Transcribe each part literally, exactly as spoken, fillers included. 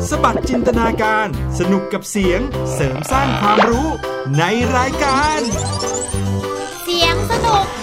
สบัดจินตนาการสนุกกับเสียงเสริมสร้างความรู้ในรายการเสียงสนุก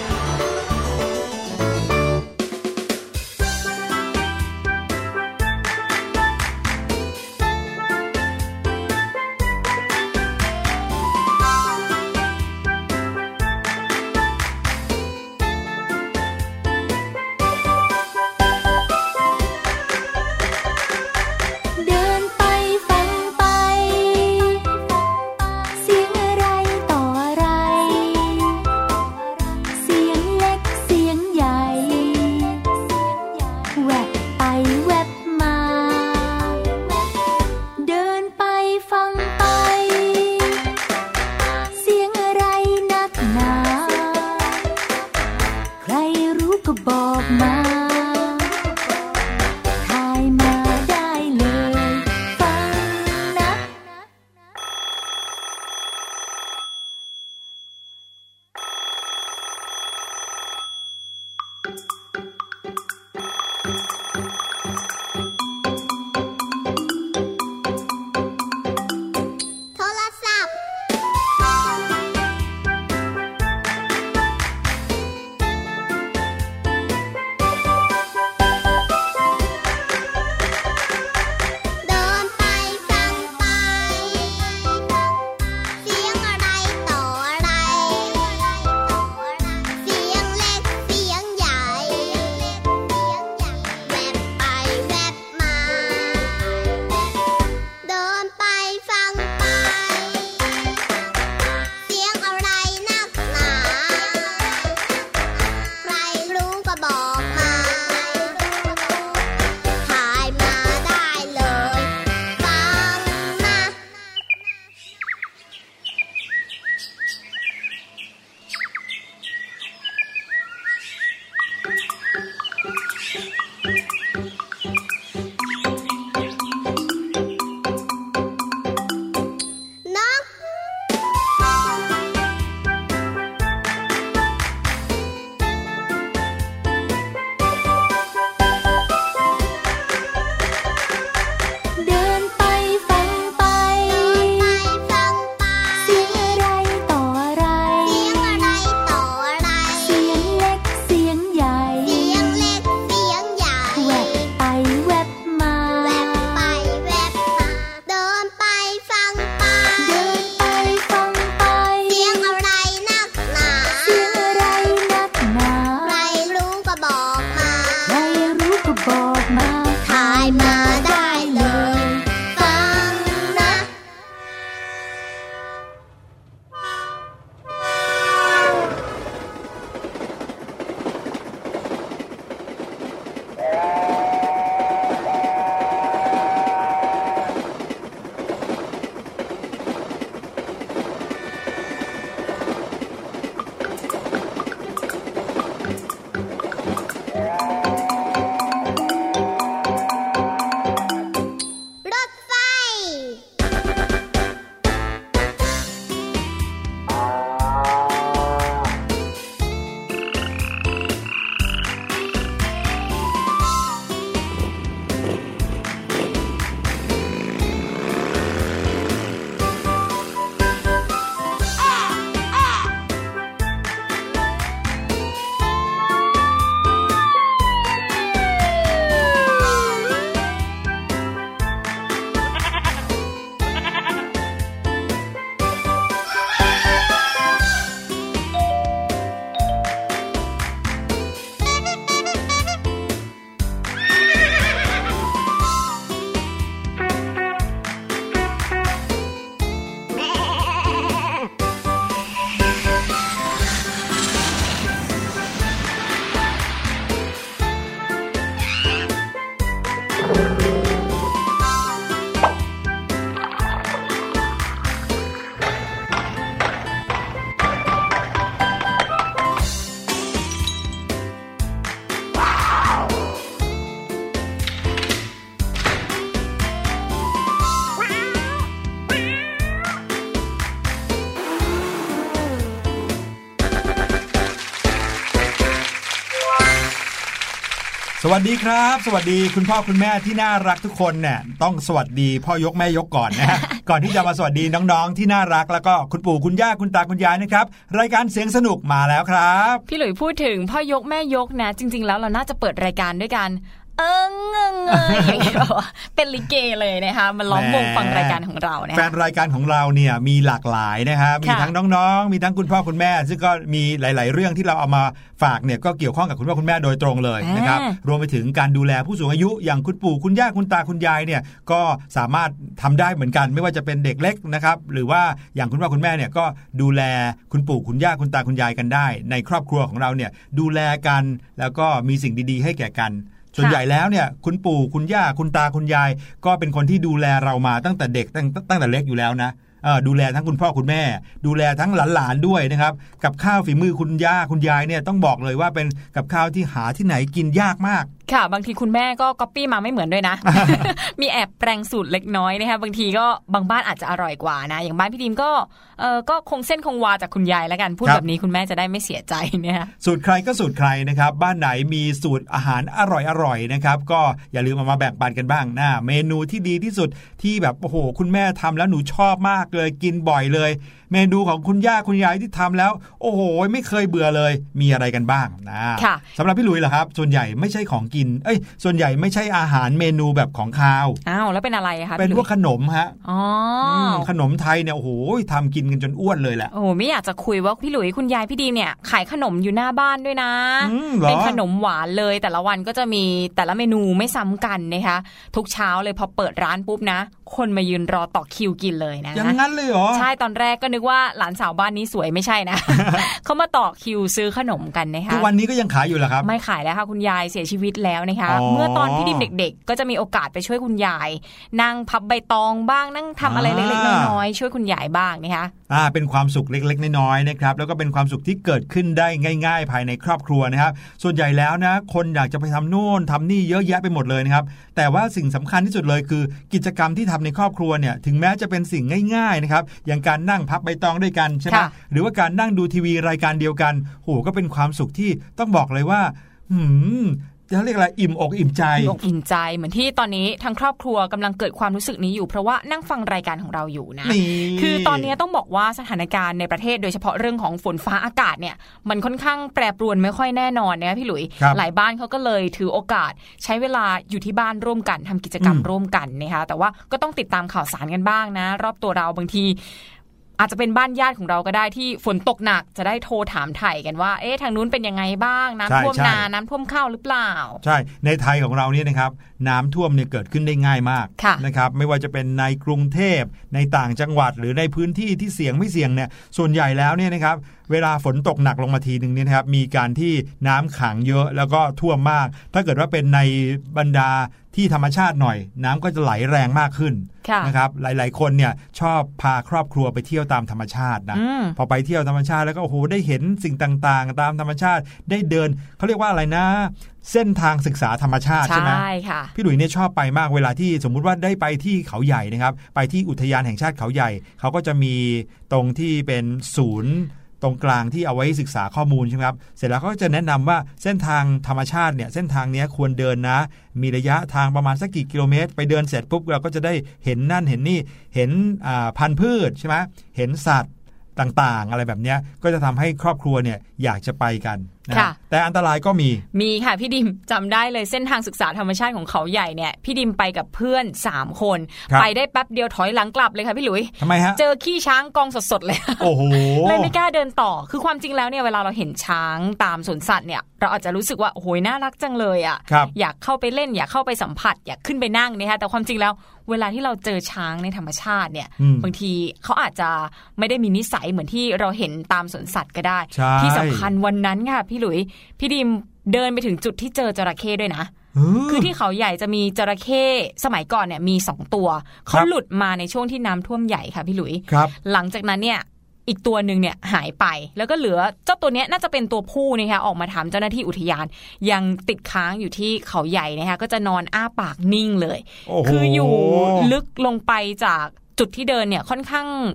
สวัสดีครับสวัสดีคุณพ่อคุณแม่ที่น่ารักทุกคนเนี่ยต้องสวัสดีพ่อยกแม่ยกก่อนนะ ก่อนที่จะมาสวัสดีน้องๆที่น่ารักแล้วก็คุณปู่คุณย่าคุณตาคุณยายนะครับรายการเสียงสนุกมาแล้วครับพี่หลุยพูดถึงพ่อยกแม่ยกนะจริงๆแล้วเราน่าจะเปิดรายการด้วยกันเอิงเอิงเอิงอย่างเงี้ยเป็นลิเกเลยนะคะมาล้อมวงฟังรายการของเราเนี่ยแฟนรายการของเราเนี่ยมีหลากหลายนะครับมีทั้งน้องๆมีทั้งคุณพ่อคุณแม่ซึ่งก็มีหลายๆเรื่องที่เราเอามาฝากเนี่ยก็เกี่ยวข้องกับคุณพ่อคุณแม่โดยตรงเลยนะครับรวมไปถึงการดูแลผู้สูงอายุอย่างคุณปู่คุณย่าคุณตาคุณยายเนี่ยก็สามารถทำได้เหมือนกันไม่ว่าจะเป็นเด็กเล็กนะครับหรือว่าอย่างคุณพ่อคุณแม่เนี่ยก็ดูแลคุณปู่คุณย่าคุณตาคุณยายกันได้ในครอบครัวของเราเนี่ยดูแลกันแล้วก็มีสิ่งดีๆให้แก่กันส่วนใหญ่แล้วเนี่ยคุณปู่คุณย่าคุณตาคุณยายก็เป็นคนที่ดูแลเรามาตั้งแต่เด็กตั้งตั้งแต่เล็กอยู่แล้วนะดูแลทั้งคุณพ่อคุณแม่ดูแลทั้งหลานๆด้วยนะครับกับข้าวฝีมือคุณย่าคุณยายเนี่ยต้องบอกเลยว่าเป็นกับข้าวที่หาที่ไหนกินยากมากค่ะบางทีคุณแม่ก็ก๊อปปี้มาไม่เหมือนด้วยนะ มีแอบแปลงสูตรเล็กน้อยนะคะบางทีก็บางบ้านอาจจะอร่อยกว่านะอย่างบ้านพี่ดิมก็เออก็คงเส้นคงวาจากคุณยายแล้วกันพูดแบบนี้คุณแม่จะได้ไม่เสียใจเนี่ยสูตรใครก็สูตรใครนะครับบ้านไหนมีสูตรอาหารอร่อยๆนะครับก็อย่าลืมเอามาแบ่งปันกันบ้างนะเมนูที่ดีที่สุดที่แบบโอ้โหคุณแม่ทำแล้วหนูชอบมากเลยกินบ่อยเลยเมนูของคุณย่าคุณยายที่ทำแล้วโอ้โหไม่เคยเบื่อเลยมีอะไรกันบ้างนะสำหรับพี่หลุยเหรอครับส่วนใหญ่ไม่ใช่ของกินเอ้ยส่วนใหญ่ไม่ใช่อาหารเมนูแบบของคาวอ้าวแล้วเป็นอะไรคะเป็นพวกขนมฮะอ๋อขนมไทยเนี่ยโอ้โหทำกินกันจนอ้วนเลยแหละโอ้ไม่อยากจะคุยว่าพี่หลุยคุณยายพี่ดีเนี่ยขายขนมอยู่หน้าบ้านด้วยนะเป็นขนมหวานเลยแต่ละวันก็จะมีแต่ละเมนูไม่ซ้ำกันนะคะทุกเช้าเลยพอเปิดร้านปุ๊บนะคนมายืนรอต่อคิวกินเลยนะอย่างนั้นเลยเหรอใช่ตอนแรกก็นึกว่าหลานสาวบ้านนี้สวยไม่ใช่นะ เขามาต่อคิวซื้อขนมกันนะคะทุกวันนี้ก็ยังขายอยู่เหรอครับไม่ขายแล้วค่ะคุณยายเสียชีวิตแล้วนะคะเมื่อตอนพี่ดิมเด็กๆก็จะมีโอกาสไปช่วยคุณยายนั่งพับใบตองบ้างนั่งทำอะไรเล็กๆน้อยๆช่วยคุณยายบ้างนะคะอ่าเป็นความสุขเล็กๆน้อยๆนะครับแล้วก็เป็นความสุขที่เกิดขึ้นได้ง่ายๆภายในครอบครัวนะครับส่วนใหญ่แล้วนะคนอยากจะไปทำโน่นทำนี่เยอะแยะไปหมดเลยนะครับแต่ว่าสิ่งสำคัญที่สุดเลยคือกิจกรรมที่ทำในครอบครัวเนี่ยถึงแม้จะเป็นสิ่งง่ายๆนะครับอย่างการนั่งพับใบตองด้วยกันใช่ไหมหรือว่าการนั่งดูทีวีรายการเดียวกันโหก็เป็นความสุขที่ต้องบอกเลยว่าหืมจะเรียกอะไรอิ่มอกอิ่มใจอิ่มอกอิ่มใจเหมือนที่ตอนนี้ทั้งครอบครัวกำลังเกิดความรู้สึกนี้อยู่เพราะว่านั่งฟังรายการของเราอยู่นะคือตอนนี้ต้องบอกว่าสถานการณ์ในประเทศโดยเฉพาะเรื่องของฝนฟ้าอากาศเนี่ยมันค่อนข้างแปรปรวนไม่ค่อยแน่นอนนะพี่หลุยหลายบ้านเขาก็เลยถือโอกาสใช้เวลาอยู่ที่บ้านร่วมกันทำกิจกรรมร่วมกันนะคะแต่ว่าก็ต้องติดตามข่าวสารกันบ้างนะรอบตัวเราบางทีอาจจะเป็นบ้านญาติของเราก็ได้ที่ฝนตกหนักจะได้โทรถามไถ่กันว่าเอ๊ะทางนู้นเป็นยังไงบ้างน้ำท่วมนาน้ำท่วมข้าวหรือเปล่าใช่ในไทยของเราเนี่ยนะครับน้ำท่วมเนี่ยเกิดขึ้นได้ง่ายมากนะครับไม่ว่าจะเป็นในกรุงเทพในต่างจังหวัดหรือในพื้นที่ที่เสี่ยงไม่เสี่ยงเนี่ยส่วนใหญ่แล้วเนี่ยนะครับเวลาฝนตกหนักลงมาทีนึงเนี่ยนะครับมีการที่น้ำขังเยอะแล้วก็ท่วมมากถ้าเกิดว่าเป็นในบรรดาที่ธรรมชาติหน่อยน้ำก็จะไหลแรงมากขึ้นนะครับหลายๆคนเนี่ยชอบพาครอบครัวไปเที่ยวตามธรรมชาตินะพอไปเที่ยวธรรมชาติแล้วก็โอ้โหได้เห็นสิ่งต่างๆตามธรรมชาติได้เดินเขาเรียกว่าอะไรนะเส้นทางศึกษาธรรมชาติใช่ไหมใช่ค่ะพี่หลุยเนี่ยชอบไปมากเวลาที่สมมุติว่าได้ไปที่เขาใหญ่นะครับไปที่อุทยานแห่งชาติเขาใหญ่เขาก็จะมีตรงที่เป็นศูนย์ตรงกลางที่เอาไว้ศึกษาข้อมูลใช่ไหมครับเสร็จแล้วก็จะแนะนำว่าเส้นทางธรรมชาติเนี่ยเส้นทางนี้ควรเดินนะมีระยะทางประมาณสักกี่กิโลเมตรไปเดินเสร็จปุ๊บเราก็จะได้เห็นนั่นเห็นนี่เห็นพันธุ์พืชใช่ไหมเห็นสัตว์ต่างๆอะไรแบบนี้ก็จะทำให้ครอบครัวเนี่ยอยากจะไปกันนะแต่อันตรายก็มีมีค่ะพี่ดิมจำได้เลยเส้นทางศึกษาธรรมชาติของเขาใหญ่เนี่ยพี่ดิมไปกับเพื่อนสามคนไปได้แป๊บเดียวถอยหลังกลับเลยค่ะพี่หลุยทำไมฮะเจอขี้ช้างกองสดๆเลยโอ้โหเลยไม่กล้าเดินต่อคือความจริงแล้วเนี่ยเวลาเราเห็นช้างตามสวนสัตว์เนี่ยเราอาจจะรู้สึกว่าโอ้โหน่ารักจังเลยอ่ะอยากเข้าไปเล่นอยากเข้าไปสัมผัสอยากขึ้นไปนั่งนะคะแต่ความจริงแล้วเวลาที่เราเจอช้างในธรรมชาติเนี่ยบางทีเขาอาจจะไม่ได้มีนิสัยเหมือนที่เราเห็นตามสวนสัตว์ก็ได้ที่สำคัญวันนั้นค่ะพี่หลุยพี่ดิมเดินไปถึงจุดที่เจอจระเข้ด้วยนะคือที่เขาใหญ่จะมีจระเข้สมัยก่อนเนี่ยมีสองตัวเขาหลุดมาในช่วงที่น้ำท่วมใหญ่ค่ะพี่หลุยหลังจากนั้นเนี่ยอีกตัวหนึ่งเนี่ยหายไปแล้วก็เหลือเจ้าตัวนี้น่าจะเป็นตัวผู้นะคะออกมาถามเจ้าหน้าที่อุทยานยังติดค้างอยู่ที่เขาใหญ่นะคะก็จะนอนอ้าปากนิ่งเลยคืออยู่ลึกลงไปจากจุดที่เดินเนี่ยค่อนข้าง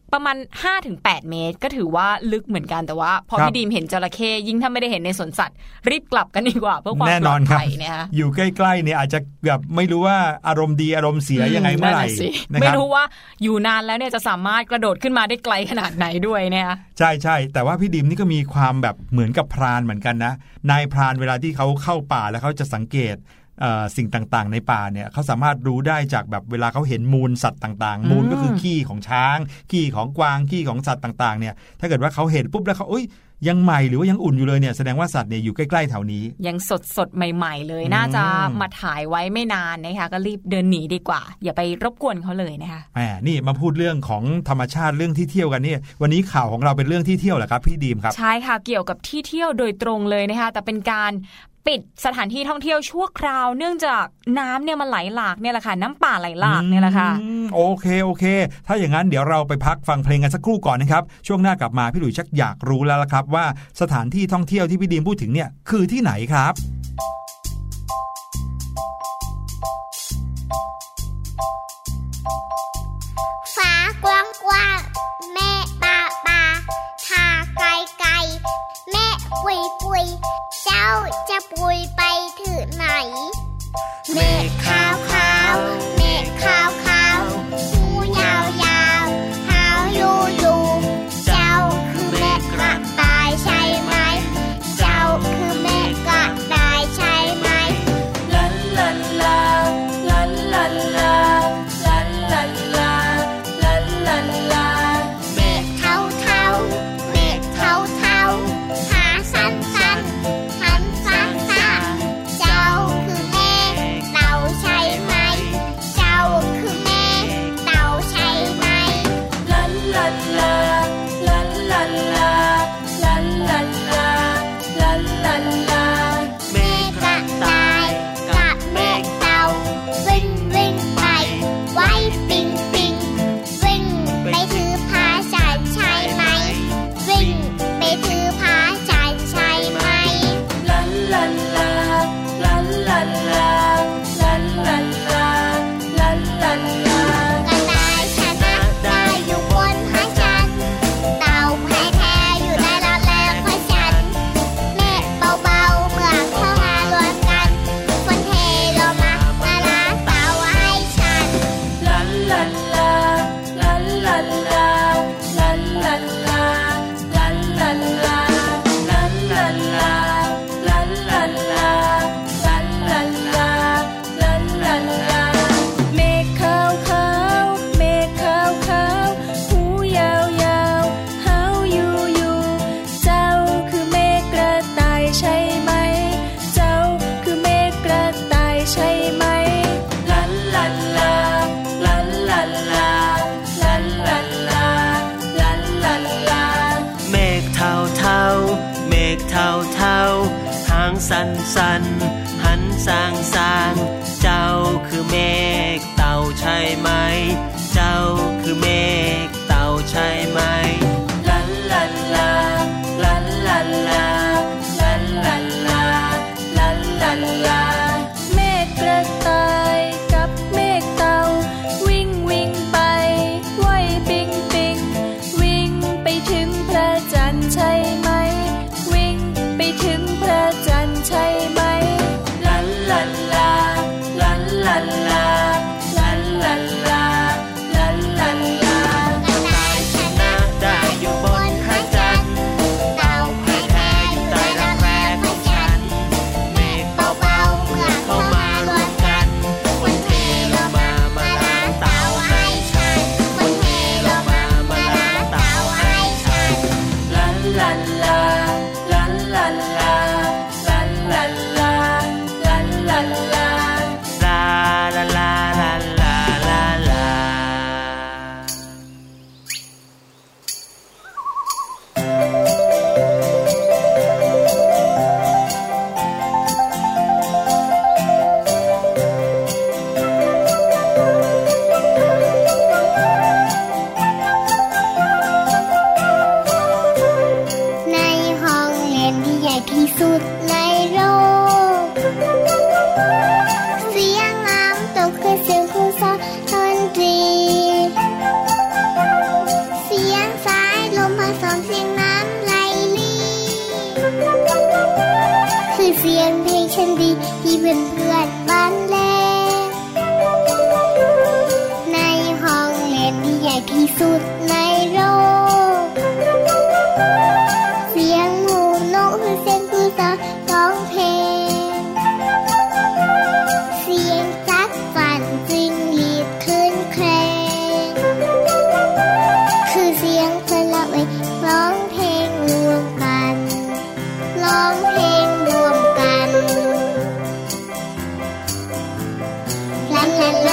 ประมาณ ห้าถึงแปด เมตรก็ถือว่าลึกเหมือนกันแต่ว่าพอพี่ดีมเห็นจระเข้ยิ่งถ้าไม่ได้เห็นในสวนสัตว์รีบกลับกันดีกว่าเพื่อความปลอดภัยนะคะอยู่ใกล้ๆเนี่ยอาจจะแบบไม่รู้ว่าอารมณ์ดีอารมณ์เสียยังไงเมื่อไหร่ไม่รู้ว่าอยู่นานแล้วเนี่ยจะสามารถกระโดดขึ้นมาได้ไกลขนาดไหนด้วยนะคะใช่ๆแต่ว่าพี่ดิมนี่ก็มีความแบบเหมือนกับพรานเหมือนกันนะนายพรานเวลาที่เขาเข้าป่าแล้วเขาจะสังเกตสิ่งต่างๆในป่าเนี่ยเขาสามารถรู้ได้จากแบบเวลาเขาเห็นมูลสัตว์ต่างๆมูลก็คือขี้ของช้างขี้ของกวางขี้ของสัตว์ต่างๆเนี่ยถ้าเกิดว่าเขาเห็นปุ๊บแล้วเขาเอ้ยยังใหม่หรือว่ายังอุ่นอยู่เลยเนี่ยแสดงว่าสัตว์เนี่ยอยู่ใกล้ๆแถวนี้ยังสดๆใหม่ๆเลยน่าจะมาถ่ายไว้ไม่นานนะคะก็รีบเดินหนีดีกว่าอย่าไปรบกวนเขาเลยนะคะแหมนี่มาพูดเรื่องของธรรมชาติเรื่องที่เที่ยวกันเนี่ยวันนี้ข่าวของเราเป็นเรื่องที่เที่ยวเหรอครับพี่ดีมครับใช่ค่ะเกี่ยวกับที่เที่ยวโดยตรงเลยนะคะแต่เป็นการปิดสถานที่ท่องเที่ยวชั่วคราวเนื่องจากน้ำเนี่ยมันไหลหลากเนี่ยแหละค่ะน้ำป่าไหลหลากเนี่ยแหละค่ะโอเคโอเคถ้าอย่างนั้นเดี๋ยวเราไปพักฟังเพลงกันสักครู่ก่อนนะครับช่วงหน้ากลับมาพี่หลุยชักอยากรู้แล้วละครับว่าสถานที่ท่องเที่ยวที่พี่ดีมพูดถึงเนี่ยคือที่ไหนครับฟ้ากว้างกว้างแม่ปาปาทาไกลไกลแม่ปุยปุยเจ้าจะปุยไปถึงไหนเมฆขาวขาวเมฆขาวขาวหูยาวยาวหาวยูยูเจ้าคือเมฆกระต่ายใช่ไหมเจ้าคือเมฆกระต่ายใช่ไหมลันลันลาลันลันลาลันลันลาลันลันลาเมฆเทาเทาเมฆเทาเทาหาสันสันหันฟ้าฟ้าเจ้าคือเมฆเต่าใช่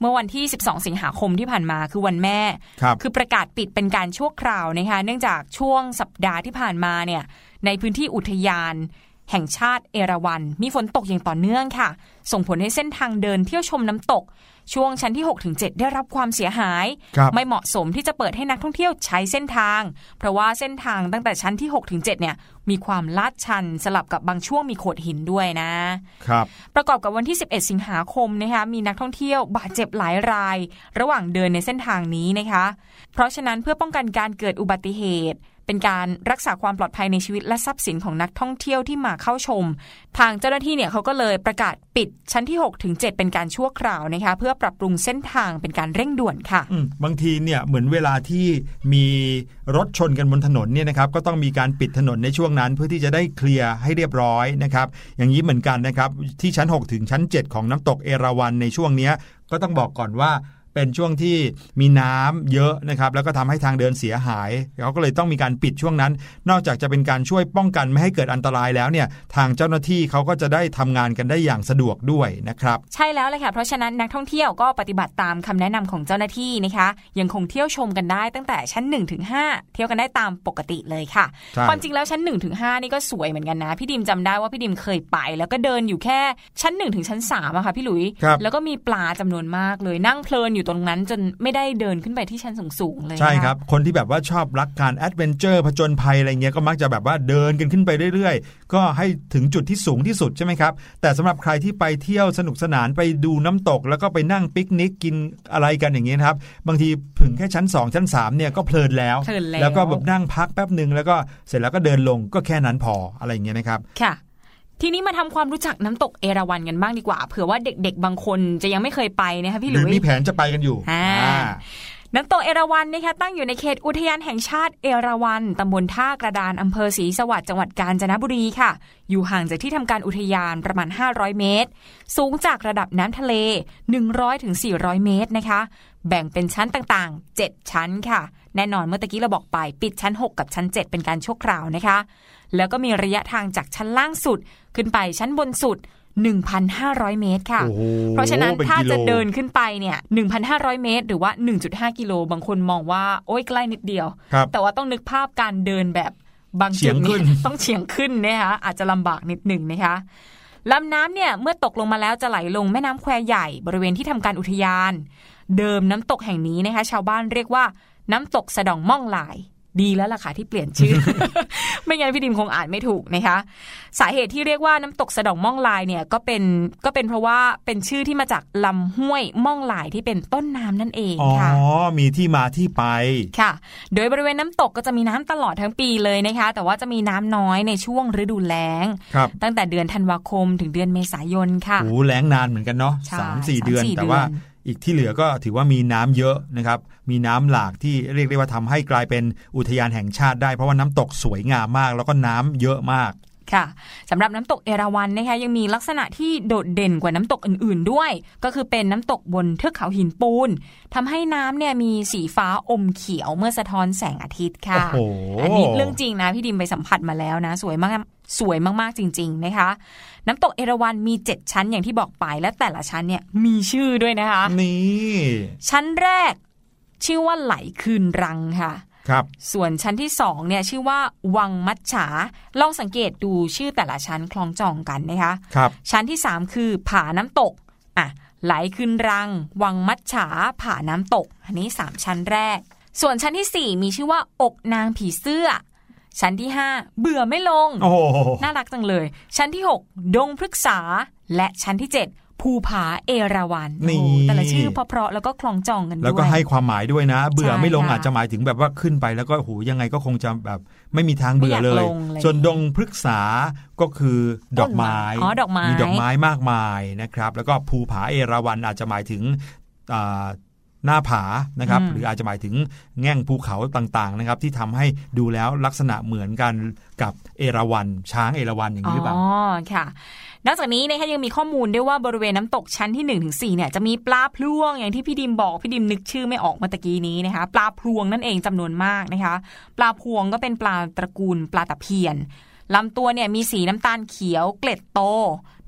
เมื่อวันที่สิบสองสิงหาคมที่ผ่านมาคือวันแม่คือประกาศปิดเป็นการชั่วคราวนะคะเนื่องจากช่วงสัปดาห์ที่ผ่านมาเนี่ยในพื้นที่อุทยานแห่งชาติเอราวัณมีฝนตกอย่างต่อเนื่องค่ะส่งผลให้เส้นทางเดินเที่ยวชมน้ำตกช่วงชั้นที่ หกถึงเจ็ด ได้รับความเสียหายไม่เหมาะสมที่จะเปิดให้นักท่องเที่ยวใช้เส้นทางเพราะว่าเส้นทางตั้งแต่ชั้นที่ หกถึงเจ็ด เนี่ยมีความลาดชันสลับกับบางช่วงมีโขดหินด้วยนะครับประกอบกับวันที่สิบเอ็ดสิงหาคมนะคะมีนักท่องเที่ยวบาดเจ็บหลายรายระหว่างเดินในเส้นทางนี้นะคะเพราะฉะนั้นเพื่อป้องกันการเกิดอุบัติเหตุเป็นการรักษาความปลอดภัยในชีวิตและทรัพย์สินของนักท่องเที่ยวที่มาเข้าชมทางเจ้าหน้าที่เนี่ยเขาก็เลยประกาศปิดชั้นที่ หกถึงเจ็ด เป็นการชั่วคราวนะคะเพื่อปรับปรุงเส้นทางเป็นการเร่งด่วนค่ะบางทีเนี่ยเหมือนเวลาที่มีรถชนกันบนถนนเนี่ยนะครับก็ต้องมีการปิดถนนในช่วงนั้นเพื่อที่จะได้เคลียร์ให้เรียบร้อยนะครับอย่างนี้เหมือนกันนะครับที่ชั้นหกถึงชั้นเจ็ดของน้ำตกเอราวัณในช่วงนี้ก็ต้องบอกก่อนว่าเป็นช่วงที่มีน้ำเยอะนะครับแล้วก็ทำให้ทางเดินเสียหายเขาก็เลยต้องมีการปิดช่วงนั้นนอกจากจะเป็นการช่วยป้องกันไม่ให้เกิดอันตรายแล้วเนี่ยทางเจ้าหน้าที่เขาก็จะได้ทำงานกันได้อย่างสะดวกด้วยนะครับใช่แล้วเลยค่ะเพราะฉะนั้นนักท่องเที่ยวก็ปฏิบัติตามคำแนะนำของเจ้าหน้าที่นะคะยังคงเที่ยวชมกันได้ตั้งแต่ชั้น หนึ่งถึงห้า เที่ยวกันได้ตามปกติเลยค่ะความจริงแล้วชั้น หนึ่งถึงห้า นี่ก็สวยเหมือนกันนะพี่ดิมจำได้ว่าพี่ดิมเคยไปแล้วก็เดินอยู่แค่ชั้น หนึ่งถึงชั้นสามอะค่ะพี่หลุยแล้วก็มีปลาจำนวนมากเลยนั่งเพลินอยู่ตรงนั้นจนไม่ได้เดินขึ้นไปที่ชั้นสูงๆเลยใช่ครับคนที่แบบว่าชอบรักการแอดเวนเจอร์ผจญภัยอะไรเงี้ยก็มักจะแบบว่าเดินกันขึ้นไปเรื่อยๆก็ให้ถึงจุดที่สูงที่สุดใช่ไหมครับแต่สำหรับใครที่ไปเที่ยวสนุกสนานไปดูน้ำตกแล้วก็ไปนั่งปิกนิกกินอะไรกันอย่างเงี้ยครับบางทีถึงแค่ชั้นสองชั้นสามเนี่ยก็เพลินแล้วแล้วก็แบบนั่งพักแป๊บนึงแล้วก็เสร็จแล้วก็เดินลงก็แค่นั้นพออะไรอย่างเงี้ยนะครับค่ะทีนี้มาทำความรู้จักน้ำตกเอราวัณกันบ้างดีกว่าเผื่อว่าเด็กๆบางคนจะยังไม่เคยไปนะคะพี่หลุยหรือมีแผนจะไปกันอยู่น้ำตกเอราวัณนะคะตั้งอยู่ในเขตอุทยานแห่งชาติเอราวัณตำบลท่ากระดานอำเภอศรีสวัสดิ์จังหวัดกาญจนบุรีค่ะอยู่ห่างจากที่ทำการอุทยานประมาณห้าร้อยเมตรสูงจากระดับน้ำทะเลหนึ่งร้อยถึงสี่ร้อยเมตรนะคะแบ่งเป็นชั้นต่างๆเจ็ดชั้นค่ะแน่นอนเมื่อตะกี้เราบอกไปปิดชั้นหกกับชั้นเจ็ดเป็นการชั่วคราวนะคะแล้วก็มีระยะทางจากชั้นล่างสุดขึ้นไปชั้นบนสุด หนึ่งพันห้าร้อย เมตรค่ะเพราะฉะนั้นถ้าจะเดินขึ้นไปเนี่ย หนึ่งพันห้าร้อย เมตรหรือว่า หนึ่งจุดห้า กิโลบางคนมองว่าโอ๊ยใกล้นิดเดียวแต่ว่าต้องนึกภาพการเดินแบบบางจุดนี่ต้องเฉียงขึ้นนะคะอาจจะลำบากนิดหนึ่งนะคะลำน้ำเนี่ยเมื่อตกลงมาแล้วจะไหลลงแม่น้ำแควใหญ่บริเวณที่ทำการอุทยานเดิมน้ำตกแห่งนี้นะคะชาวบ้านเรียกว่าน้ำตกสะดองม่องลายดีแล้วล่ะค่ะที่เปลี่ยนชื่อ ไม่งั้นพี่ดิมคงอ่านไม่ถูกนะคะสาเหตุที่เรียกว่าน้ำตกสะดองม่องลายเนี่ยก็เป็นก็เป็นเพราะว่าเป็นชื่อที่มาจากลำห้วยม่องลายที่เป็นต้นน้ำนั่นเองค่ะอ๋อมีที่มาที่ไปค่ะโดยบริเวณน้ำตกก็จะมีน้ำตลอดทั้งปีเลยนะคะแต่ว่าจะมีน้ำน้อยในช่วงฤดูแล้งตั้งแต่เดือนธันวาคมถึงเดือนเมษายนค่ะโอ้แล้งนานเหมือนกันเนาะ สามสี่ เดือนแต่ว่าอีกที่เหลือก็ถือว่ามีน้ำเยอะนะครับมีน้ำหลากที่เรียกได้ว่าทำให้กลายเป็นอุทยานแห่งชาติได้เพราะว่าน้ำตกสวยงามมากแล้วก็น้ำเยอะมากค่ะสำหรับน้ำตกเอราวัณนะคะยังมีลักษณะที่โดดเด่นกว่าน้ำตกอื่นๆด้วยก็คือเป็นน้ำตกบนเทือกเขาหินปูนทำให้น้ำเนี่ยมีสีฟ้าอมเขียวเมื่อสะท้อนแสงอาทิตย์ค่ะ อันนี้เรื่องจริงนะพี่ดิมไปสัมผัสมาแล้วนะสวยมากสวยมากๆจริงๆนะคะน้ำตกเอราวัณมีเจ็ดชั้นอย่างที่บอกไปและแต่ละชั้นเนี่ยมีชื่อด้วยนะคะนี่ชั้นแรกชื่อว่าไหลคืนรังค่ะครับส่วนชั้นที่สองเนี่ยชื่อว่าวังมัจฉาลองสังเกตดูชื่อแต่ละชั้นคล้องจองกันนะคะครับชั้นที่สามคือผาน้ำตกอ่ะไหลคืนรังวังมัจฉาผาน้ำตกอันนี้สามชั้นแรกส่วนชั้นที่สี่มีชื่อว่าอกนางผีเสื้อชั้นที่ห้าเบื่อไม่ลงน่ารักจังเลยชั้นที่หกดงพฤกษาและชั้นที่เจ็ดภูผาเอราวัณแต่ละชื่อเพราะๆแล้วก็คล้องจองกันด้วยแล้วก็ให้ความหมายด้วยนะเบื่อไม่ลงอาจจะหมายถึงแบบว่าขึ้นไปแล้วก็โหยังไงก็คงจะแบบไม่มีทางเบื่อเลยส่วนดงพฤกษาก็คือดอกไม้มีดอกไม้มากมายนะครับแล้วก็ภูผาเอราวัณอาจจะหมายถึงหน้าผานะครับหรืออาจจะหมายถึงแง่งภูเขาต่างๆนะครับที่ทำให้ดูแล้วลักษณะเหมือนกันกับเอราวัณช้างเอราวัณอย่างนี้หรือเปล่าอ๋อค่ะนอกจากนี้นะคะยังมีข้อมูลด้วยว่าบริเวณน้ำตกชั้นที่ หนึ่งถึงสี่ เนี่ยจะมีปลาพลวงอย่างที่พี่ดิมบอกพี่ดิมนึกชื่อไม่ออกเมื่อตะกี้นี้นะคะปลาพลวงนั่นเองจำนวนมากนะคะปลาพลวงก็เป็นปลาตระกูลปลาตะเพียนลำตัวเนี่ยมีสีน้ำตาลเขียวเกล็ดโต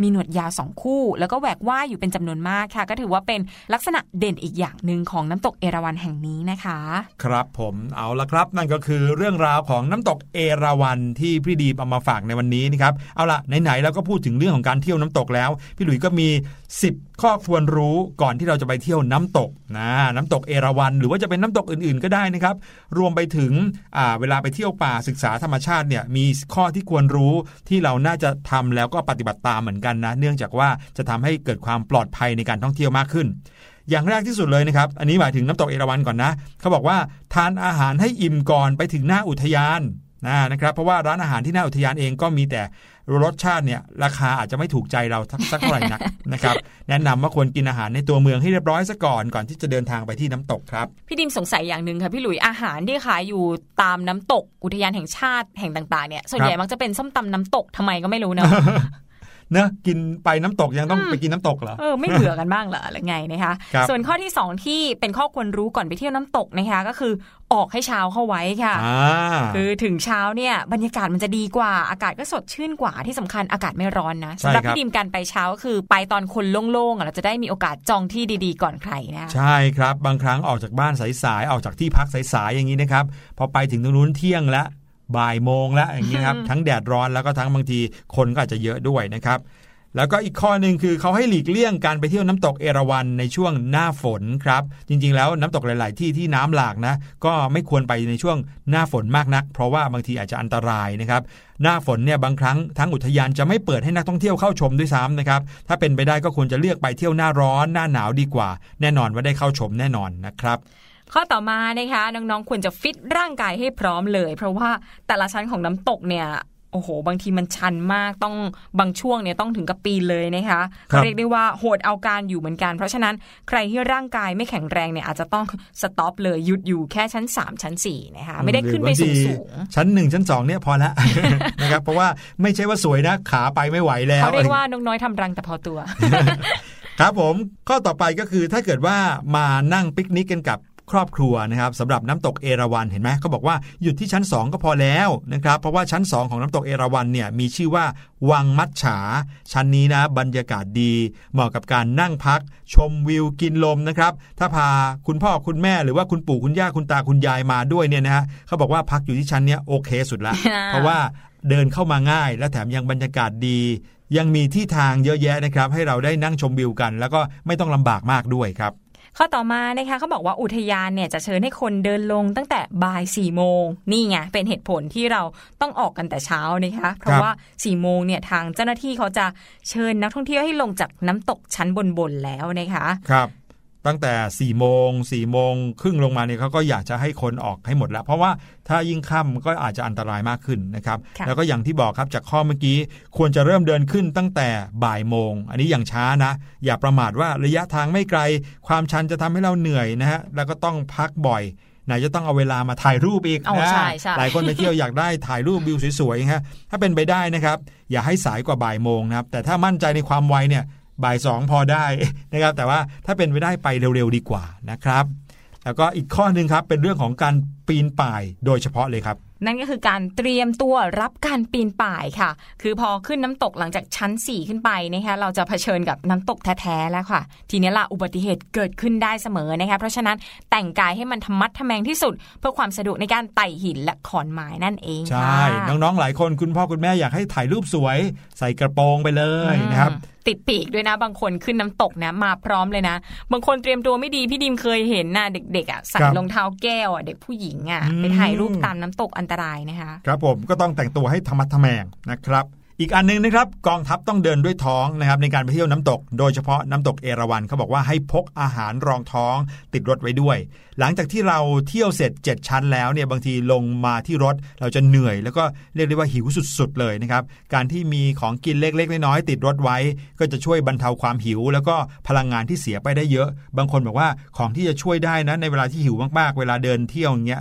มีหนวดยาวสองคู่แล้วก็แหวกว่ายอยู่เป็นจำนวนมากค่ะก็ถือว่าเป็นลักษณะเด่นอีกอย่างนึงของน้ำตกเอราวัณแห่งนี้นะคะครับผมเอาละครับนั่นก็คือเรื่องราวของน้ำตกเอราวัณที่พี่ดีเอามาฝากในวันนี้นะครับเอาละไหนๆเราก็พูดถึงเรื่องของการเที่ยวน้ำตกแล้วพี่หลุยส์ก็มีสิบข้อควรรู้ก่อนที่เราจะไปเที่ยวน้ำตกนะน้ำตกเอราวัณหรือว่าจะเป็นน้ำตกอื่นๆก็ได้นะครับรวมไปถึงอ่าเวลาไปเที่ยวป่าศึกษาธรรมชาติเนี่ยมีข้อที่ควรรู้ที่เราน่าจะทำแล้วก็ปฏิบัติตามเหมือนกันนะเนื่องจากว่าจะทำให้เกิดความปลอดภัยในการท่องเที่ยวมากขึ้นอย่างแรกที่สุดเลยนะครับอันนี้หมายถึงน้ำตกเอราวัณก่อนนะเขาบอกว่าทานอาหารให้อิ่มก่อนไปถึงหน้าอุทยานนะครับเพราะว่าร้านอาหารที่หน้าอุทยานเองก็มีแต่รสชาติเนี่ยราคาอาจจะไม่ถูกใจเราสักเท่าไหร่นัก นะครับแนะนำว่าควรกินอาหารในตัวเมืองให้เรียบร้อยซะก่อนก่อนที่จะเดินทางไปที่น้ำตกครับพี่ดิมสงสัยอย่างนึงค่ะพี่หลุยอาหารที่ขายอยู่ตามน้ำตกอุทยานแห่งชาติแห่งต่างๆเนี่ยส่วนใหญ่มักจะเป็นส้มตำน้ำตกทำไมก็ไม่รู้เนาะเนอะกินไปน้ำตกยังต้องไปกินน้ำตกเหรอเออไม่เบื่อกันบ้างเหรอหรือไงนะคะส่วนข้อที่สองที่เป็นข้อควรรู้ก่อนไปเที่ยวน้ำตกนะคะก็คือออกให้เช้าเข้าไว้ค่ะคือถึงเช้าเนี่ยบรรยากาศมันจะดีกว่าอากาศก็สดชื่นกว่าที่สำคัญอากาศไม่ร้อนนะสำหรับพี่ดิมการไปเช้าก็คือไปตอนคนโล่งๆเราจะได้มีโอกาสจองที่ดีๆก่อนใครนะใช่ครับบางครั้งออกจากบ้านสายๆออกจากที่พักสายๆอย่างนี้นะครับพอไปถึงตรงนู้นเที่ยงแล้วบ่ายโมงแล้วอย่างนี้ครับทั้งแดดร้อนแล้วก็ทั้งบางทีคนก็อาจจะเยอะด้วยนะครับแล้วก็อีกข้อหนึ่งคือเขาให้หลีกเลี่ยงการไปเที่ยวน้ำตกเอราวัณในช่วงหน้าฝนครับจริงๆแล้วน้ำตกหลายๆที่ที่น้ำหลากนะก็ไม่ควรไปในช่วงหน้าฝนมากนักเพราะว่าบางทีอาจจะอันตรายนะครับหน้าฝนเนี่ยบางครั้งทั้งอุทยานจะไม่เปิดให้นักท่องเที่ยวเข้าชมด้วยซ้ำนะครับถ้าเป็นไปได้ก็ควรจะเลือกไปเที่ยวหน้าร้อนหน้าหนาวดีกว่าแน่นอนว่าได้เข้าชมแน่นอนนะครับข้อต่อมานะคะน้องๆควรจะฟิตร่างกายให้พร้อมเลยเพราะว่าแต่ละชั้นของน้ำตกเนี่ยโอ้โหบางทีมันชันมากต้องบางช่วงเนี่ยต้องถึงกับปีนเลยนะคะเรียกได้ว่าโหดเอาการอยู่เหมือนกันเพราะฉะนั้นใครที่ร่างกายไม่แข็งแรงเนี่ยอาจจะต้องสต็อปเลยหยุดอยู่แค่ชั้นสามชั้นสี่นะคะไม่ได้ขึ้นไปสูงๆชั้นหนึ่งชั้นสองเนี่ยพอละ นะครับเพราะว่าไม่ใช่ว่าสวยนะขาไปไม่ไหวแล้วเขาเรียกว่านกน้อยทำรังแต่พอตัวครับผมข้อต่อไปก็คือถ้าเกิดว่ามานั่งปิกนิกกันกับครอบครัวนะครับสำหรับน้ำตกเอราวัณเห็นไหมเขาบอกว่าหยุดที่ชั้นสองก็พอแล้วนะครับเพราะว่าชั้นสองของน้ำตกเอราวัณเนี่ยมีชื่อว่าวังมัจฉาชั้นนี้นะบรรยากาศดีเหมาะกับการนั่งพักชมวิวกินลมนะครับถ้าพาคุณพ่อคุณแม่หรือว่าคุณปู่คุณย่าคุณตาคุณยายมาด้วยเนี่ยนะฮะเขาบอกว่าพักอยู่ที่ชั้นเนี้ยโอเคสุดละ เพราะว่าเดินเข้ามาง่ายและแถมยังบรรยากาศดียังมีที่ทางเยอะแยะนะครับให้เราได้นั่งชมวิวกันแล้วก็ไม่ต้องลำบากมากด้วยครับข้อต่อมานะคะเขาบอกว่าอุทยานเนี่ยจะเชิญให้คนเดินลงตั้งแต่บ่ายสี่โมงนี่ไงเป็นเหตุผลที่เราต้องออกกันแต่เช้านะคะเพราะว่าสี่โมงเนี่ยทางเจ้าหน้าที่เขาจะเชิญนักท่องเที่ยวให้ลงจากน้ำตกชั้นบนๆแล้วนะคะครับตั้งแต่สี่โมงสี่โมงครึ่งลงมาเนี่ยเขาก็อยากจะให้คนออกให้หมดแล้วเพราะว่าถ้ายิ่งค่ำก็อาจจะอันตรายมากขึ้นนะครับแล้วก็อย่างที่บอกครับจากข้อเมื่อกี้ควรจะเริ่มเดินขึ้นตั้งแต่บ่ายโมงอันนี้อย่างช้านะอย่าประมาทว่าระยะทางไม่ไกลความชันจะทำให้เราเหนื่อยนะฮะแล้วก็ต้องพักบ่อยไหนจะต้องเอาเวลามาถ่ายรูปอีกนะหลายคนไปเที่ยวอยากได้ถ่ายรูปวิวสวยๆฮะถ้าเป็นไปได้นะครับอย่าให้สายกว่าบ่ายโมงนะครับแต่ถ้ามั่นใจในความไวเนี่ยบ่ายสองพอได้นะครับแต่ว่าถ้าเป็นไปได้ไปเร็วๆดีกว่านะครับแล้วก็อีกข้อนึงครับเป็นเรื่องของการปีนป่ายโดยเฉพาะเลยครับนั่นก็คือการเตรียมตัวรับการปีนป่ายค่ะคือพอขึ้นน้ำตกหลังจากชั้นสี่ขึ้นไปนะคะเราจะเผชิญกับน้ำตกแท้ๆแล้วค่ะทีนี้ละอุบัติเหตุเกิดขึ้นได้เสมอนะคะเพราะฉะนั้นแต่งกายให้มันทะมัดทะแมงที่สุดเพื่อความสะดวกในการไต่หินและขอนไม้นั่นเองใช่น้องๆหลายคนคุณพ่อคุณแม่อยากให้ถ่ายรูปสวยใส่กระโปรงไปเลยนะครับติดปีกด้วยนะบางคนขึ้นน้ำตกนะมาพร้อมเลยนะบางคนเตรียมตัวไม่ดีพี่ดิมเคยเห็นน่ะเด็กๆอ่ะใส่รองเท้าแก้วอ่ะเด็กผู้หญิงอ่ะไปถ่ายรูปตามน้ำตกอันตรายนะคะครับผมก็ต้องแต่งตัวให้ธรรมะทแมงนะครับอีกอันนึงนะครับกองทัพต้องเดินด้วยท้องนะครับในการไปเที่ยวน้ำตกโดยเฉพาะน้ำตกเอราวัณเขาบอกว่าให้พกอาหารรองท้องติดรถไว้ด้วยหลังจากที่เราเที่ยวเสร็จเจ็ดชั้นแล้วเนี่ยบางทีลงมาที่รถเราจะเหนื่อยแล้วก็เรียกได้ว่าหิวสุดๆเลยนะครับการที่มีของกินเล็กๆน้อยๆติดรถไว้ก็จะช่วยบรรเทาความหิวแล้วก็พลังงานที่เสียไปได้เยอะบางคนบอกว่าของที่จะช่วยได้นะในเวลาที่หิวมากๆเวลาเดินเที่ยวอย่างเงี้ย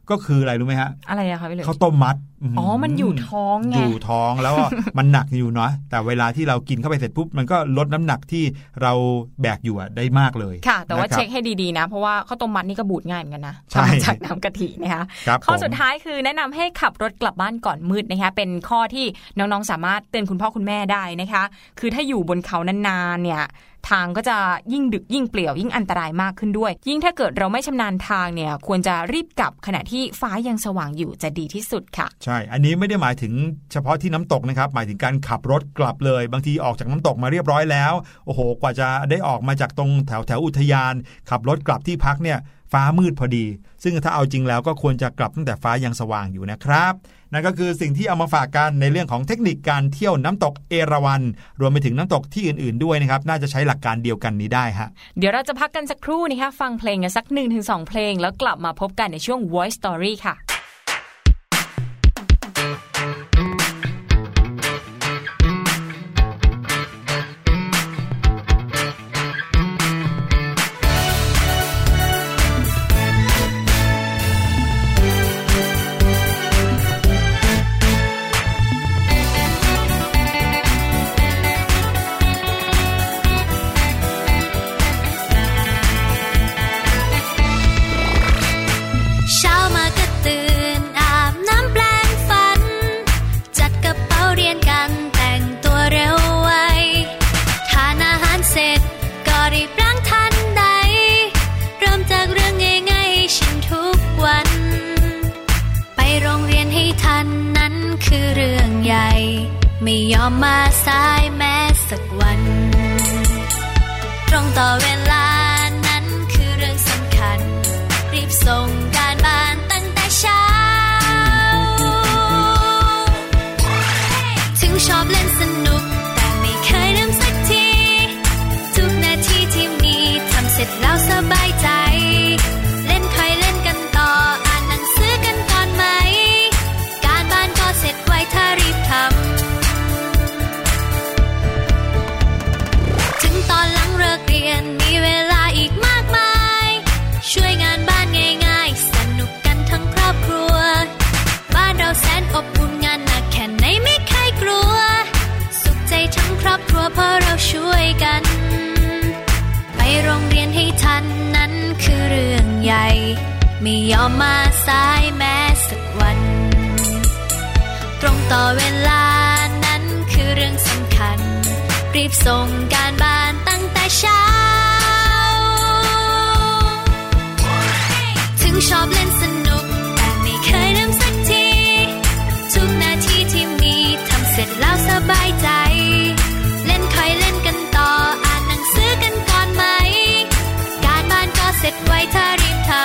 ก็คืออะไรรู้ไหมฮะอะไรอะคะพี่เหลือข้าวต้มมัดอ๋อมันอยู่ท้องไงอยู่ท้องแล้วมันหนักอยู่เนาะแต่เวลาที่เรากินเข้าไปเสร็จปุ๊บมันก็ลดน้ำหนักที่เราแบกอยู่ได้มากเลยค่ะแต่ว่าเช็คให้ดีๆนะเพราะว่าข้าวต้มมัดนี่ก็บูดง่ายเหมือนกันนะทำมาจากน้ำกะทินะคะข้อสุดท้ายคือแนะนำให้ขับรถกลับบ้านก่อนมืดนะคะเป็นข้อที่น้องๆสามารถเตือนคุณพ่อคุณแม่ได้นะคะคือถ้าอยู่บนเขานานๆเนี่ยทางก็จะยิ่งดึกยิ่งเปลี่ยวยิ่งอันตรายมากขึ้นด้วยยิ่งถ้าเกิดเราไม่ชำนาญทางเนี่ยควรจะรีบกลับขณะที่ฟ้ายังสว่างอยู่จะดีที่สุดค่ะใช่อันนี้ไม่ได้หมายถึงเฉพาะที่น้ำตกนะครับหมายถึงการขับรถกลับเลยบางทีออกจากน้ำตกมาเรียบร้อยแล้วโอ้โหกว่าจะได้ออกมาจากตรงแถวแถวอุทยานขับรถกลับที่พักเนี่ยฟ้ามืดพอดีซึ่งถ้าเอาจริงแล้วก็ควรจะกลับตั้งแต่ฟ้ายังสว่างอยู่นะครับนั่นก็คือสิ่งที่เอามาฝากกันในเรื่องของเทคนิคการเที่ยวน้ำตกเอราวัณรวมไปถึงน้ำตกที่อื่นๆด้วยนะครับน่าจะใช้หลักการเดียวกันนี้ได้ฮะเดี๋ยวเราจะพักกันสักครู่นะคะฟังเพลงกันสัก หนึ่งถึงสอง เพลงแล้วกลับมาพบกันในช่วง Voice Story ค่ะไม่ยอมมาสายแม้สักวันตรงต่อเวลานั้นคือเรื่องสำคัญรีบส่งการบ้านตั้งแต่เช้าถึงชอบเล่นสนุกแต่ไม่เคยลืมสักทีทุกนาทีที่มีทำเสร็จแล้วสบายใจเล่นค่อยเล่นกันต่ออ่านหนังสือกันก่อนไหมการบ้านก็เสร็จไวถ้ารีบทำตอนหลังเลิกเรียนมีเวลาอีกมากมายช่วยงานบ้านง่ายๆสนุกกันทั้งครอบครัวบ้านเราแสนอบอุ่นงานหนักแค่ไหนไม่เคยกลัวสุขใจทั้งครอบครัวเพราะเราช่วยกันไปโรงเรียนให้ทันนั้นคือเรื่องใหญ่ไม่ยอมมาสายแม้สักวันตรงต่อเวลานั้นคือเรื่องสำคัญรีบส่งการบ้านตั้งแต่เช้าถึงชอบเล่นสนุกแต่ไม่เคยลืมสักทีทุกนาทีที่มีทำเสร็จแล้วสบายใจเล่นค่อยเล่นกันต่ออ่านหนังสือกันก่อนไหมการบ้านก็เสร็จไวถ้ารีบทำ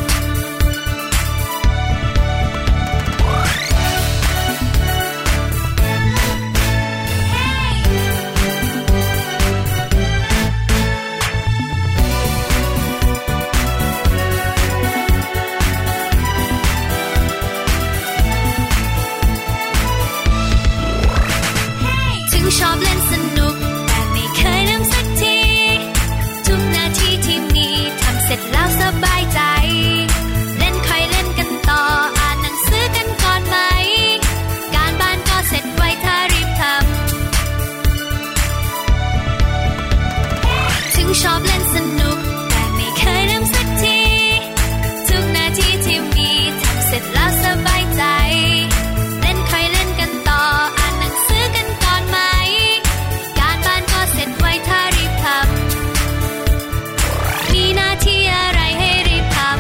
ชอบเล่นสนุกแต่ไม่เคยลืมสักทีทุกนาทีที่มีทำเสร็จแล้วสบายใจเล่นค่อยเล่นกันต่ออ่านหนังสือกันก่อนไหมการบ้านก็เสร็จไวถ้ารีบทำถึงชอบเล่นสนุกแต่ไม่เคยลืมสักทีทุกนาทีที่มีทำเสร็จแล้วสบายใจเล่นค่อยเล่นกันต่ออ่านหนังสือกันก่อนไหมการบ้านก็เสร็จไวถ้ารีบทำมีหน้าที่อะไรให้รีบทำ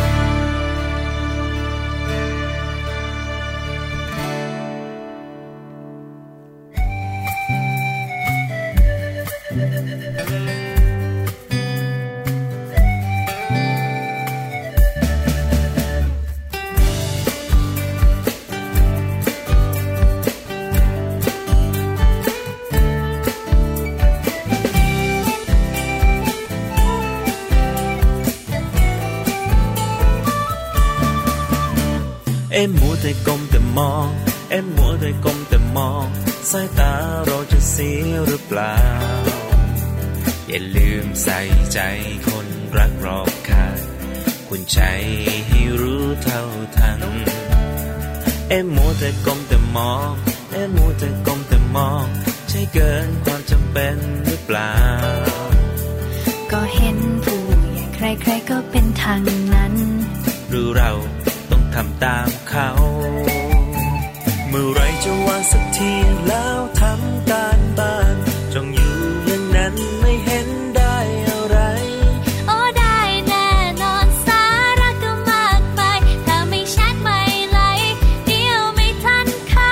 เอ็มมัวแต่ก้มแต่มองเอ็มมัวแต่ก้มแต่มองสายตาเราจะเสียหรือเปล่าอย่าลืมใส่ใจคนรักรอบข้างคุณใจให้รู้เท่าทันเอ็มมัวแต่ก้มแต่มองเอ็มมัวแต่ก้มแต่มองใช่เกินความจำเป็นหรือเปล่าก็เห็นผู้ใหญ่ใครๆก็เป็นทางนั้นหรือเราต้องทำตามเขาเมื่อไรจะวางสักทีแล้วทำการบ้านจงอยู่อย่างนั้นไม่เห็นได้อะไรโอ้ได้แน่นอนสาระก็มากมายถ้าไม่ชัดไม่ไหลเดี๋ยวไม่ทันเขา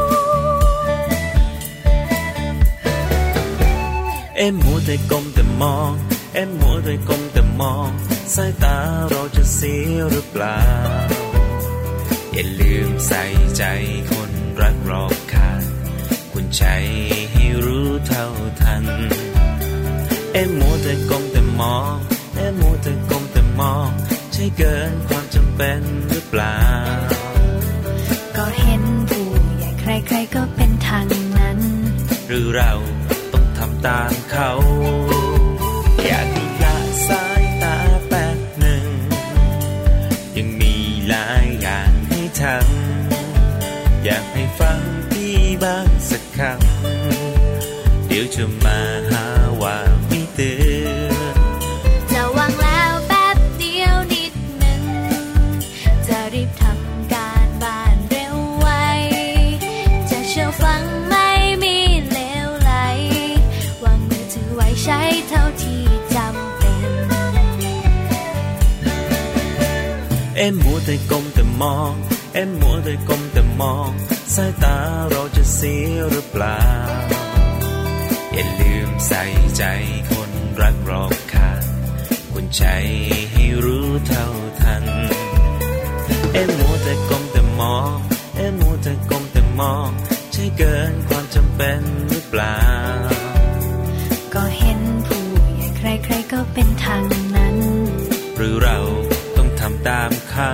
เอ็มมัวแต่ก้มแต่มองเอ็มมัวแต่ก้มแต่มองสายตาเราจะเสียหรือเปล่าอย่าลืมใส่ใจคนรักรอบข้างคุณใจให้รู้เท่าทันเอ็มมัวแต่ก้มแต่มองเอ็มมัวแต่ก้มแต่มองใช่เกินความจำเป็นหรือเปล่าก็เห็นผู้ใหญ่ใครๆก็เป็นทางนั้นหรือเราต้องทำตามเขาอยากให้ละสายตาแป๊บหนึ่งยังมีหลายอย่างให้ทำอยากให้ฟังพี่บ้างสักคำเดี๋ยวจะมาหาว่าไม่เตือนจะวางแล้วแป๊บเดียวนิดหนึ่งจะรีบทำการบ้านเร็วไวจะเชื่อฟังไม่มีเลวไหลวางมือถือไว้ใช้เท่าที่จำเป็นเอ็มมัวแต่ก้มแต่มองเอ็มมัวแต่ก้มแต่มองสายตาเราจะเสียหรือเปล่าอย่าลืมใส่ใจคนรักรอบข้างคุณใจให้รู้เท่าทันเอ็มมัวแต่ก้มแต่มองเอ็มมัวแต่ก้มแต่มองใช่เกินความจำเป็นหรือเปล่าก็เห็นผู้ใหญ่ใครๆก็เป็นทางนั้นหรือเราต้องทำตามเขา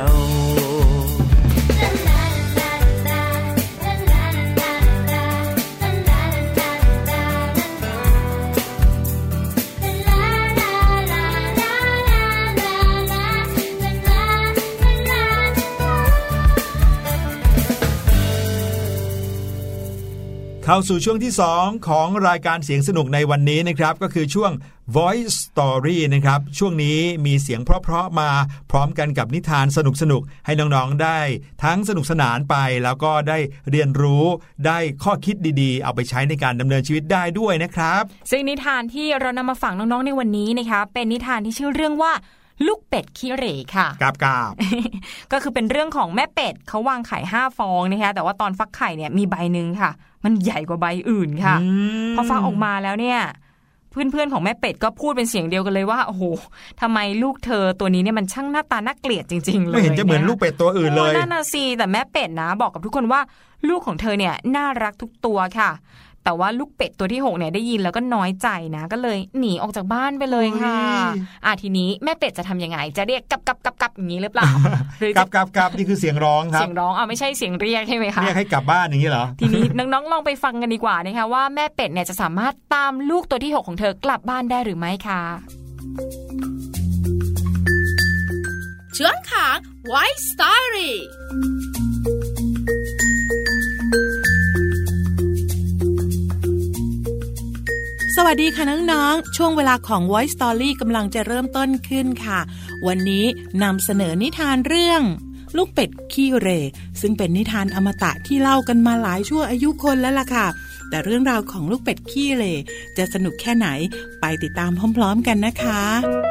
เข้าสู่ช่วงที่สองของรายการเสียงสนุกในวันนี้นะครับก็คือช่วง Voice Story นะครับช่วงนี้มีเสียงเพราะๆมาพร้อมกันกับนิทานสนุกๆให้น้องๆได้ทั้งสนุกสนานไปแล้วก็ได้เรียนรู้ได้ข้อคิดดีๆเอาไปใช้ในการดำเนินชีวิตได้ด้วยนะครับซึ่งนิทานที่เรานำมาฝากน้องๆในวันนี้นะคะเป็นนิทานที่ชื่อเรื่องว่าลูกเป็ดขี้เหร่ค่ะกาบกาบก็คือเป็นเรื่องของแม่เป็ดเขาวางไข่ห้าฟองนะคะแต่ว่าตอนฟักไข่เนี่ยมีใบนึงค่ะมันใหญ่กว่าใบอื่นค่ะพอฟักออกมาแล้วเนี่ยเพื่อนๆของแม่เป็ดก็พูดเป็นเสียงเดียวกันเลยว่าโอ้โหทำไมลูกเธอตัวนี้เนี่ยมันช่างหน้าตาน่าเกลียดจริงๆเลยไม่เห็นจะเหมือนลูกเป็ดตัวอื่นเลยนั่นน่ะสิแต่แม่เป็ดนะบอกกับทุกคนว่าลูกของเธอเนี่ยน่ารักทุกตัวค่ะแต่ว่าลูกเป็ดตัวที่หกเนี่ยได้ยินแล้วก็น้อยใจนะก็เลยหนีออกจากบ้านไปเลยค่ะอ่ะทีนี้แม่เป็ดจะทำยังไงจะเรียกกับกับกับกับอย่างนี้หรือเปล่าหรือกับกับกับนี่คือเสียงร้องครับเสียงร้องอ่ะไม่ใช่เสียงเรียกใช่ไหมคะเรียกให้กลับบ้านอย่างนี้เหรอทีนี้น้องๆลองไปฟังกันดีกว่านะคะว่าแม่เป็ดเนี่ยจะสามารถตามลูกตัวที่หกของเธอกลับบ้านได้หรือไม่ค่ะช่วงของ Voice Story สวัสดีค่ะน้องๆช่วงเวลาของ Voice Story กำลังจะเริ่มต้นขึ้นค่ะวันนี้นำเสนอนิทานเรื่องลูกเป็ดขี้เหร่ซึ่งเป็นนิทานอมตะที่เล่ากันมาหลายชั่วอายุคนแล้วล่ะค่ะแต่เรื่องราวของลูกเป็ดขี้เหร่จะสนุกแค่ไหนไปติดตามพร้อมๆกันนะคะ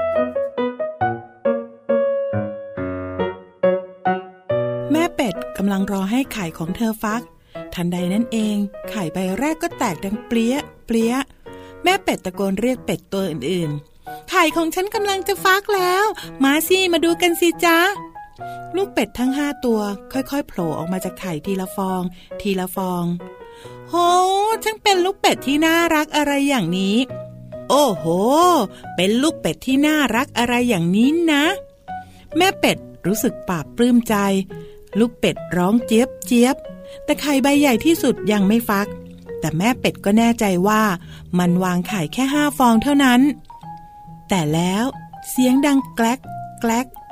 แม่เป็ดกำลังรอให้ไข่ของเธอฟักทันใดนั้นเองไข่ใบแรกก็แตกดังเปรี้ยเปรี้ยแม่เป็ดตะโกนเรียกเป็ดตัวอื่นๆไข่ของฉันกำลังจะฟักแล้วมาสิมาดูกันสิจ๊ะลูกเป็ดทั้งห้าตัวค่อยๆโผล่ออกมาจากไข่ทีละฟองทีละฟองโหช่างเป็นลูกเป็ดที่น่ารักอะไรอย่างนี้โอ้โหเป็นลูกเป็ดที่น่ารักอะไรอย่างนี้นะแม่เป็ดรู้สึกปลาบปลื้มใจลูกเป็ดร้องเจี๊ยบเจี๊ยบแต่ไข่ใบใหญ่ที่สุดยังไม่ฟักแต่แม่เป็ดก็แน่ใจว่ามันวางไข่แค่ห้าฟองเท่านั้นแต่แล้วเสียงดังแกลกแกลก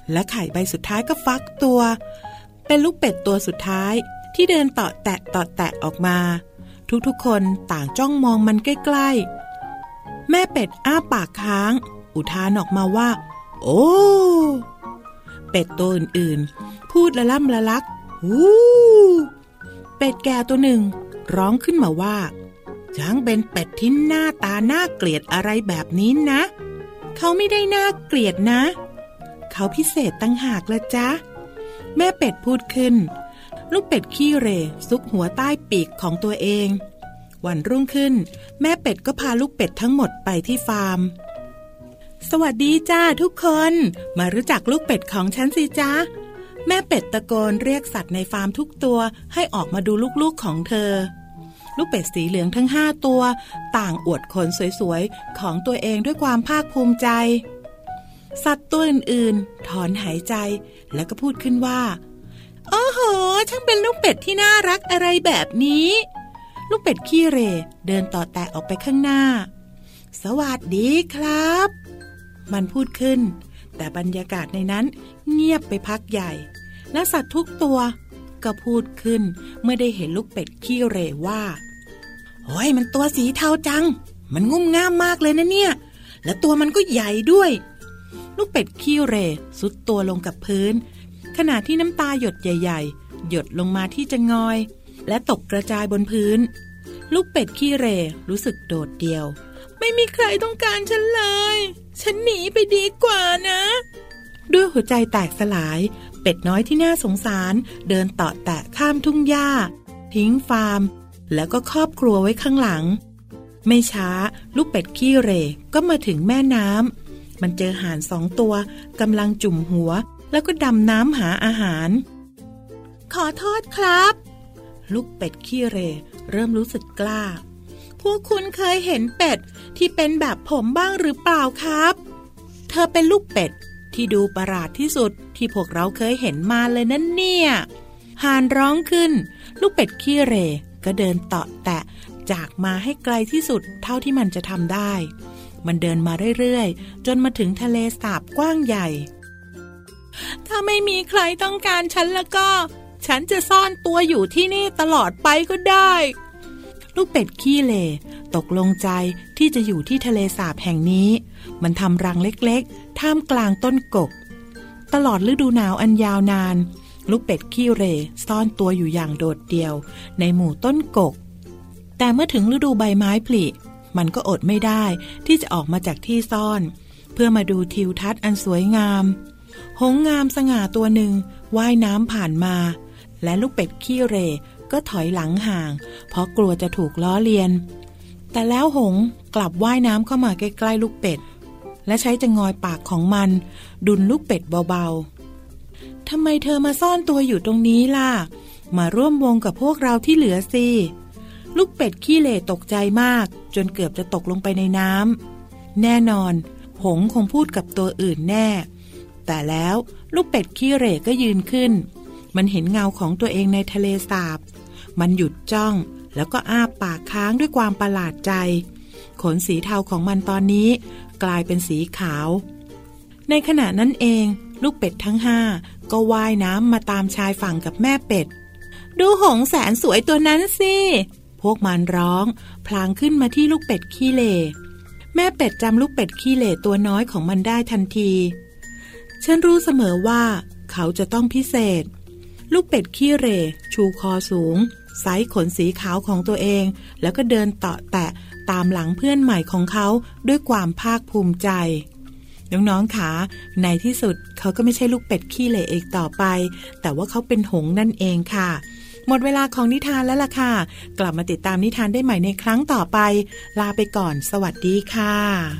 และไข่ใบสุดท้ายก็ฟักตัวเป็นลูกเป็ดตัวสุดท้ายที่เดินเตาะแตะเตาะแตะออกมาทุกๆคนต่างจ้องมองมันใกล้ๆแม่เป็ดอ้าปากค้างอุทานออกมาว่าโอ้เป็ดตัวอื่นๆพูดละล่ำละลักวู้เป็ดแก่ตัวหนึ่งร้องขึ้นมาว่าช้างเป็นเป็ดที่หน้าตาน่าเกลียดอะไรแบบนี้นะเขาไม่ได้น่าเกลียดนะเขาพิเศษตั้งหากละจ๊ะแม่เป็ดพูดขึ้นลูกเป็ดขี้เหร่ซุกหัวใต้ปีกของตัวเองวันรุ่งขึ้นแม่เป็ดก็พาลูกเป็ดทั้งหมดไปที่ฟาร์มสวัสดีจ้าทุกคนมารู้จักลูกเป็ดของฉันสิจ๊ะแม่เป็ดตะโกนเรียกสัตว์ในฟาร์มทุกตัวให้ออกมาดูลูกๆของเธอลูกเป็ดสีเหลืองทั้งห้าตัวต่างอวดขนสวยๆของตัวเองด้วยความภาคภูมิใจสัตว์ตัวอื่นๆถอนหายใจแล้วก็พูดขึ้นว่าโอ้โหช่างเป็นลูกเป็ดที่น่ารักอะไรแบบนี้ลูกเป็ดขี้เหร่เดินต่อแตะออกไปข้างหน้าสวัสดีครับมันพูดขึ้นแต่บรรยากาศในนั้นเงียบไปพักใหญ่และสัตว์ทุกตัวก็พูดขึ้นเมื่อได้เห็นลูกเป็ดขี้เหร่ว่าโอ้ยมันตัวสีเทาจังมันงุ่มง่ามมากเลยนะเนี่ยและตัวมันก็ใหญ่ด้วยลูกเป็ดขี้เหร่สุดตัวลงกับพื้นขณะที่น้ำตาหยดใหญ่ๆหยดลงมาที่จะงอยและตกกระจายบนพื้นลูกเป็ดขี้เหร่รู้สึกโดดเดี่ยวไม่มีใครต้องการฉันเลยฉันหนีไปดีกว่านะด้วยหัวใจแตกสลายเป็ดน้อยที่น่าสงสารเดินเตาะแตะข้ามทุ่งหญ้าทิ้งฟาร์มแล้วก็ครอบครัวไว้ข้างหลังไม่ช้าลูกเป็ดขี้เหร่ก็มาถึงแม่น้ำมันเจอห่านสองตัวกำลังจุ่มหัวแล้วก็ดำน้ำหาอาหารขอโทษครับลูกเป็ดขี้เหร่เริ่มรู้สึกกล้าพวกคุณเคยเห็นเป็ดที่เป็นแบบผมบ้างหรือเปล่าครับเธอเป็นลูกเป็ดที่ดูประหลาดที่สุดที่พวกเราเคยเห็นมาเลยนั่นเนี่ยห่านร้องขึ้นลูกเป็ดขี้เหร่ก็เดินเตาะแตะจากมาให้ไกลที่สุดเท่าที่มันจะทำได้มันเดินมาเรื่อยๆจนมาถึงทะเลสาบกว้างใหญ่ถ้าไม่มีใครต้องการฉันแล้วก็ฉันจะซ่อนตัวอยู่ที่นี่ตลอดไปก็ได้ลูกเป็ดขี้เหร่ตกลงใจที่จะอยู่ที่ทะเลสาบแห่งนี้มันทำรังเล็กๆท่ามกลางต้นกกตลอดฤดูหนาวอันยาวนานลูกเป็ดขี้เหร่ซ่อนตัวอยู่อย่างโดดเดี่ยวในหมู่ต้นกกแต่เมื่อถึงฤดูใบไม้ผลิมันก็อดไม่ได้ที่จะออกมาจากที่ซ่อนเพื่อมาดูทิวทัศน์อันสวยงามหงส์งามสง่าตัวหนึ่งว่ายน้ำผ่านมาและลูกเป็ดขี้เหร่ก็ถอยหลังห่างเพราะกลัวจะถูกล้อเลียนแต่แล้วหงส์กลับว่ายน้ำเข้ามาใกล้ๆลูกเป็ดและใช้จะงอยปากของมันดุลลูกเป็ดเบาๆทำไมเธอมาซ่อนตัวอยู่ตรงนี้ล่ะมาร่วมวงกับพวกเราที่เหลือสิลูกเป็ดขี้เหร่ตกใจมากจนเกือบจะตกลงไปในน้ำแน่นอนหงส์คงพูดกับตัวอื่นแน่แต่แล้วลูกเป็ดขี้เหร่ก็ยืนขึ้นมันเห็นเงาของตัวเองในทะเลสาบมันหยุดจ้องแล้วก็อ้าปากค้างด้วยความประหลาดใจขนสีเทาของมันตอนนี้กลายเป็นสีขาวในขณะนั้นเองลูกเป็ดทั้งห้าก็ว่ายน้ำมาตามชายฝั่งกับแม่เป็ดดูหงส์แสนสวยตัวนั้นสิพวกมันร้องพลางขึ้นมาที่ลูกเป็ดขี้เหร่แม่เป็ดจำลูกเป็ดขี้เหร่ตัวน้อยของมันได้ทันทีฉันรู้เสมอว่าเขาจะต้องพิเศษลูกเป็ดขี้เหร่ชูคอสูงไซส์ขนสีขาวของตัวเองแล้วก็เดินเตาะแตะตามหลังเพื่อนใหม่ของเขาด้วยความภาคภูมิใจน้องๆขาในที่สุดเขาก็ไม่ใช่ลูกเป็ดขี้เหร่อีกต่อไปแต่ว่าเขาเป็นหงส์นั่นเองค่ะหมดเวลาของนิทานแล้วล่ะค่ะกลับมาติดตามนิทานได้ใหม่ในครั้งต่อไปลาไปก่อนสวัสดีค่ะ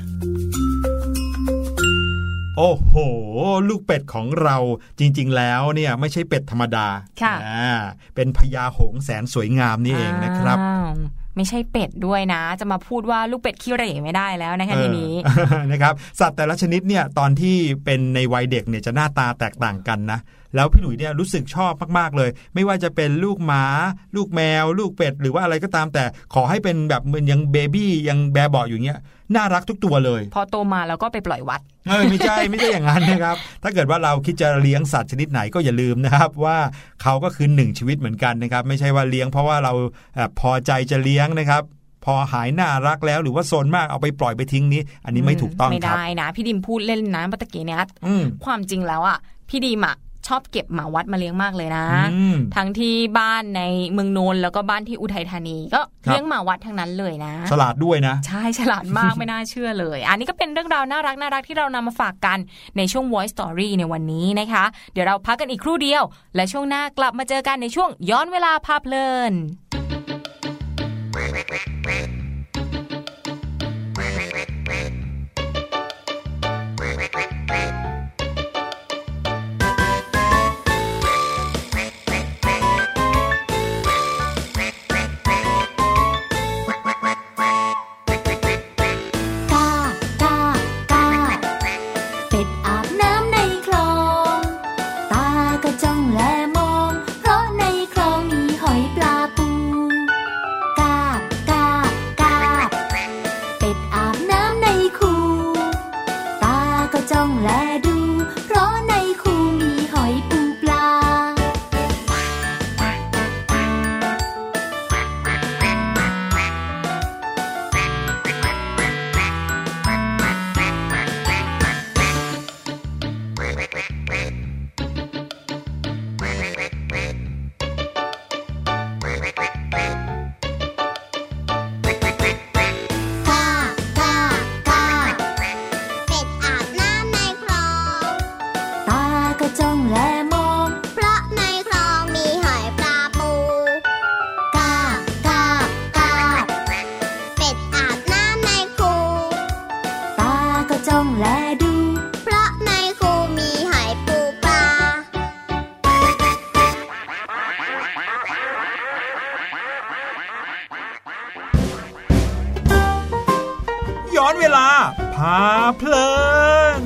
โอ้โหลูกเป็ดของเราจริงๆแล้วเนี่ยไม่ใช่เป็ดธรรมดาค่ะเป็นพญาหงส์แสนสวยงามนี่เองนะครับไม่ใช่เป็ดด้วยนะจะมาพูดว่าลูกเป็ดขี้เหร่ไม่ได้แล้วนะคะทีนี้นะครับสัตว์แต่ละชนิดเนี่ยตอนที่เป็นในวัยเด็กเนี่ยจะหน้าตาแตกต่างกันนะแล้วพี่หลุยเนี่ยรู้สึกชอบมากๆเลยไม่ว่าจะเป็นลูกหมาลูกแมวลูกเป็ดหรือว่าอะไรก็ตามแต่ขอให้เป็นแบบเหมือนยังเบบี้ยังแบเบาะอยู่เงี้ยน่ารักทุกตัวเลยพอโตมาแล้วก็ไปปล่อยวัดเออไม่ใช่ไม่ใช่อย่างนั้นนะครับถ้าเกิดว่าเราคิดจะเลี้ยงสัตว์ชนิดไหนก็อย่าลืมนะครับว่าเขาก็คือหนึ่งชีวิตเหมือนกันนะครับไม่ใช่ว่าเลี้ยงเพราะว่าเราพอใจจะเลี้ยงนะครับพอหายน่ารักแล้วหรือว่าโซนมากเอาไปปล่อยไปทิ้งนี้อันนี้ไม่ถูกต้องครับไม่ได้นะพี่ดิมพูดเล่นนะเมื่อกี้เนี่ยความจริงแล้วอ่ะพี่ดิมอ่ะชอบเก็บหมาวัดมาเลี้ยงมากเลยนะทั้งที่บ้านในเมืองนนท์แล้วก็บ้านที่อุทัยธานีก็เลี้ยงหมาวัดทั้งนั้นเลยนะฉลาดด้วยนะใช่ฉลาดมาก ไม่น่าเชื่อเลยอันนี้ก็เป็นเรื่องราวน่ารักน่ารักที่เรานำมาฝากกันในช่วง Voice Story ในวันนี้นะคะเดี๋ยวเราพักกันอีกครู่เดียวและช่วงหน้ากลับมาเจอกันในช่วงย้อนเวลาพาเพลินย้อนเวลาพาเพลิน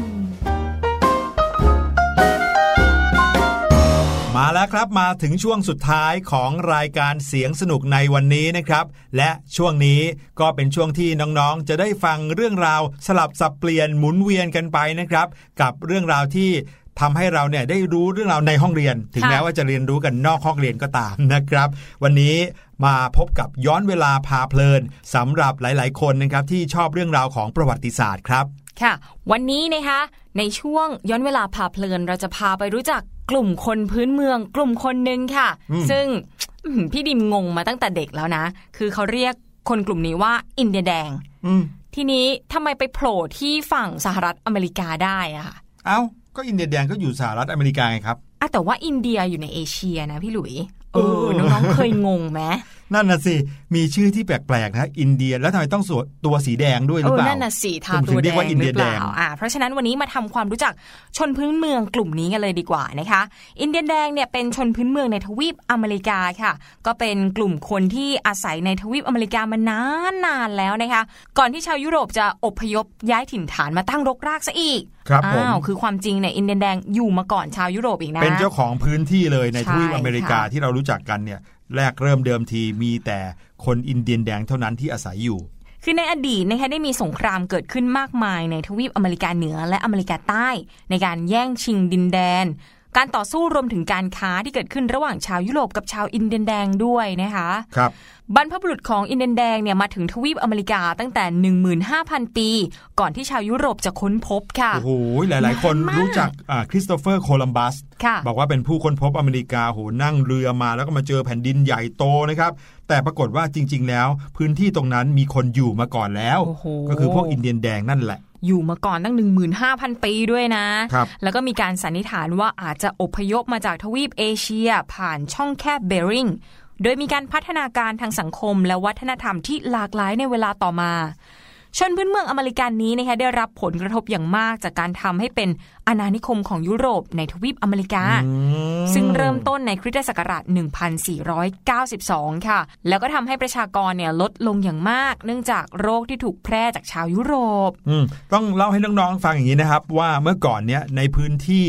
มาแล้วครับมาถึงช่วงสุดท้ายของรายการเสียงสนุกในวันนี้นะครับและช่วงนี้ก็เป็นช่วงที่น้องๆจะได้ฟังเรื่องราวสลับสับเปลี่ยนหมุนเวียนกันไปนะครับกับเรื่องราวที่ทำให้เราเนี่ยได้รู้เรื่องราวในห้องเรียนถึงแม้ว่าจะเรียนรู้กันนอกห้องเรียนก็ตามนะครับวันนี้มาพบกับย้อนเวลาพาเพลินสำหรับหลายๆคนนะครับที่ชอบเรื่องราวของประวัติศาสตร์ครับค่ะวันนี้นะคะในช่วงย้อนเวลาพาเพลินเราจะพาไปรู้จักกลุ่มคนพื้นเมืองกลุ่มคนนึงค่ะซึ่งพี่ดิมงงมาตั้งแต่เด็กแล้วนะคือเขาเรียกคนกลุ่มนี้ว่าอินเดียแดงทีนี้ทำไมไปโผล่ที่ฝั่งสหรัฐอเมริกาได้อะค่ะเอ้าก็อินเดียแดงก็อยู่สหรัฐอเมริกาไงครับอ่ะแต่ว่าอินเดียอยู่ในเอเชียนะพี่หลุยเออน้องๆเคยงงไหมนั่นน่ะสิมีชื่อที่แปลกๆนะอินเดียแล้วทำไมต้องสวมตัวสีแดงด้วยหรือเปล่านั่นน่ะสิทาตัวแดงหรือเปล่าอ่าเพราะฉะนั้นวันนี้มาทำความรู้จักชนพื้นเมืองกลุ่มนี้กันเลยดีกว่านะคะอินเดียแดงเนี่ยเป็นชนพื้นเมืองในทวีปอเมริกาค่ะก็เป็นกลุ่มคนที่อาศัยในทวีปอเมริกามานานๆแล้วนะคะก่อนที่ชาวยุโรปจะอพยพย้ายถิ่นฐานมาตั้งรกรากซะอีกครับผมอ้าวคือความจริงเนี่ยอินเดียแดงอยู่มาก่อนชาวยุโรปอีกนะเป็นเจ้าของพื้นที่เลยในทวีปอเมริกาที่เรารู้จักกันเนี่ยแรกเริ่มเดิมทีมีแต่คนอินเดียแดงเท่านั้นที่อาศัยอยู่คือในอดีตนะคะได้มีสงครามเกิดขึ้นมากมายในทวีปอเมริกาเหนือและอเมริกาใต้ในการแย่งชิงดินแดนการต่อสู้รวมถึงการค้าที่เกิดขึ้นระหว่างชาวยุโรปกับชาวอินเดียแดงด้วยนะคะครับบรรพบุรุษของอินเดียแดงเนี่ยมาถึงทวีปอเมริกาตั้งแต่ หนึ่งหมื่นห้าพัน ปีก่อนที่ชาวยุโรปจะค้นพบค่ะโอ้โหหลายๆคนรู้จักอ่าคริสโตเฟอร์โคลัมบัสบอกว่าเป็นผู้ค้นพบอเมริกาโหนั่งเรือมาแล้วก็มาเจอแผ่นดินใหญ่โตนะครับแต่ปรากฏว่าจริงๆแล้วพื้นที่ตรงนั้นมีคนอยู่มาก่อนแล้วก็คือพวกอินเดียแดงนั่นแหละอยู่มาก่อนตั้ง หนึ่งหมื่นห้าพัน ปีด้วยนะแล้วก็มีการสันนิษฐานว่าอาจจะอพยพมาจากทวีปเอเชียผ่านช่องแคบเบริงโดยมีการพัฒนาการทางสังคมและวัฒนธรรมที่หลากหลายในเวลาต่อมาชนพื้นเมืองอเมริกันนี้นะคะได้รับผลกระทบอย่างมากจากการทำให้เป็นอาณานิคมของยุโรปในทวีปอเมริกาซึ่งเริ่มต้นในคริสตศักราช หนึ่งพันสี่ร้อยเก้าสิบสอง ค่ะแล้วก็ทำให้ประชากรเนี่ยลดลงอย่างมากเนื่องจากโรคที่ถูกแพร่จากชาวยุโรปต้องเล่าให้น้องๆฟังอย่างนี้นะครับว่าเมื่อก่อนเนี้ยในพื้นที่